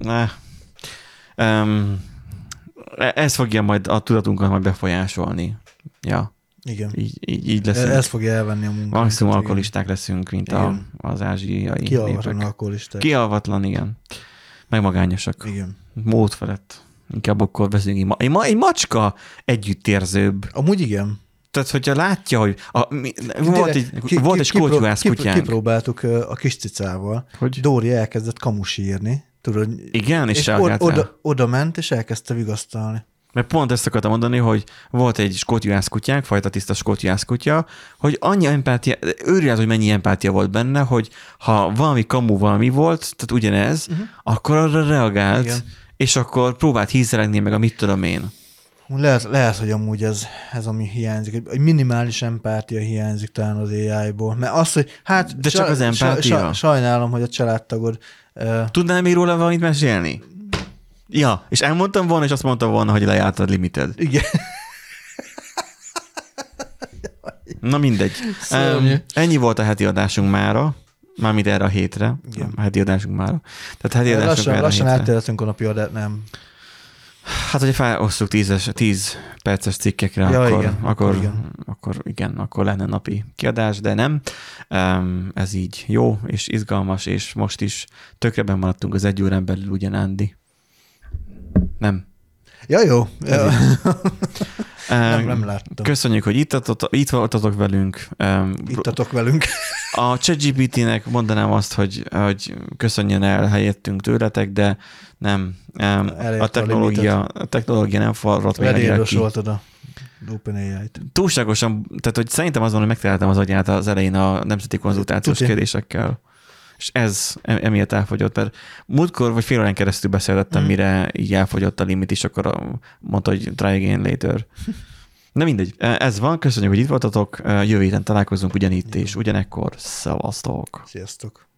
ez fogja majd a tudatunkat majd befolyásolni. Ja. Igen. Így leszünk. Ez fogja elvenni a munkát. Maximum alkoholisták leszünk, mint az ázsiai kialvatlan alkoholisták. Kialvatlan, igen. Megmagányosak. Igen. Mód felett. Inkább akkor beszélünk. Egy macska együttérzőbb. Amúgy igen. Tehát, hogyha látja, hogy volt egy skótjuhász kutyánk. Kipróbáltuk a kis cicával. Hogy? Dóri elkezdett kamusírni. Tudod, igen, és oda ment, és elkezdte vigasztalni. Mert pont ezt akartam mondani, hogy volt egy skótjuhász kutyánk, fajta tiszta skótjuhász kutya, hogy annyi empátia, őrület, hogy mennyi empátia volt benne, hogy ha valami kamu valami volt, tehát ugyanez, akkor arra reagált, igen. És akkor próbált hízelegni meg a mit tudom én. Lehet, hogy amúgy ez ami hiányzik. Egy minimális empátia hiányzik talán az AI-ból. Mert az, hogy hát... De csak az empátia? Sajnálom, hogy a családtagod... Tudnál még róla valamit mesélni? Ja, és elmondtam volna, és azt mondtam volna, hogy lejártad limited. Igen. Na mindegy. Ennyi volt a heti adásunk mára. Mármint erre a hétre. Igen. A heti adásunk mára. Tehát heti adásunk erre lassan a hétre. áttérhetünk a napi adásra, nem. Hát, hogyha felosztjuk 10 perces cikkekre, Ja, akkor lenne napi kiadás, de nem. Ez így jó és izgalmas, és most is tökreben maradtunk az 1 órán belül, ugyan Ándi? Nem. Ja, jó. Nem láttam. Köszönjük, hogy itt voltatok velünk. Ittatok velünk. A ChatGPT-nek mondanám azt, hogy köszönjön el helyettünk tőletek, de nem. A technológia nem forrott még annyira ki. Elérősoltad a OpenAI-t. Túlságosan, tehát hogy szerintem azon, hogy megtaláltam az agyát az elején a nemzeti konzultációs kérdésekkel. És ez emiatt elfogyott, mert múltkor vagy fél órán keresztül beszélgettem, mire így elfogyott a limit, és akkor mondta, hogy try again later. Na mindegy, ez van, köszönjük, hogy itt voltatok, jövő héten találkozunk ugyanitt és ugyanekkor, szevasztok! Sziasztok!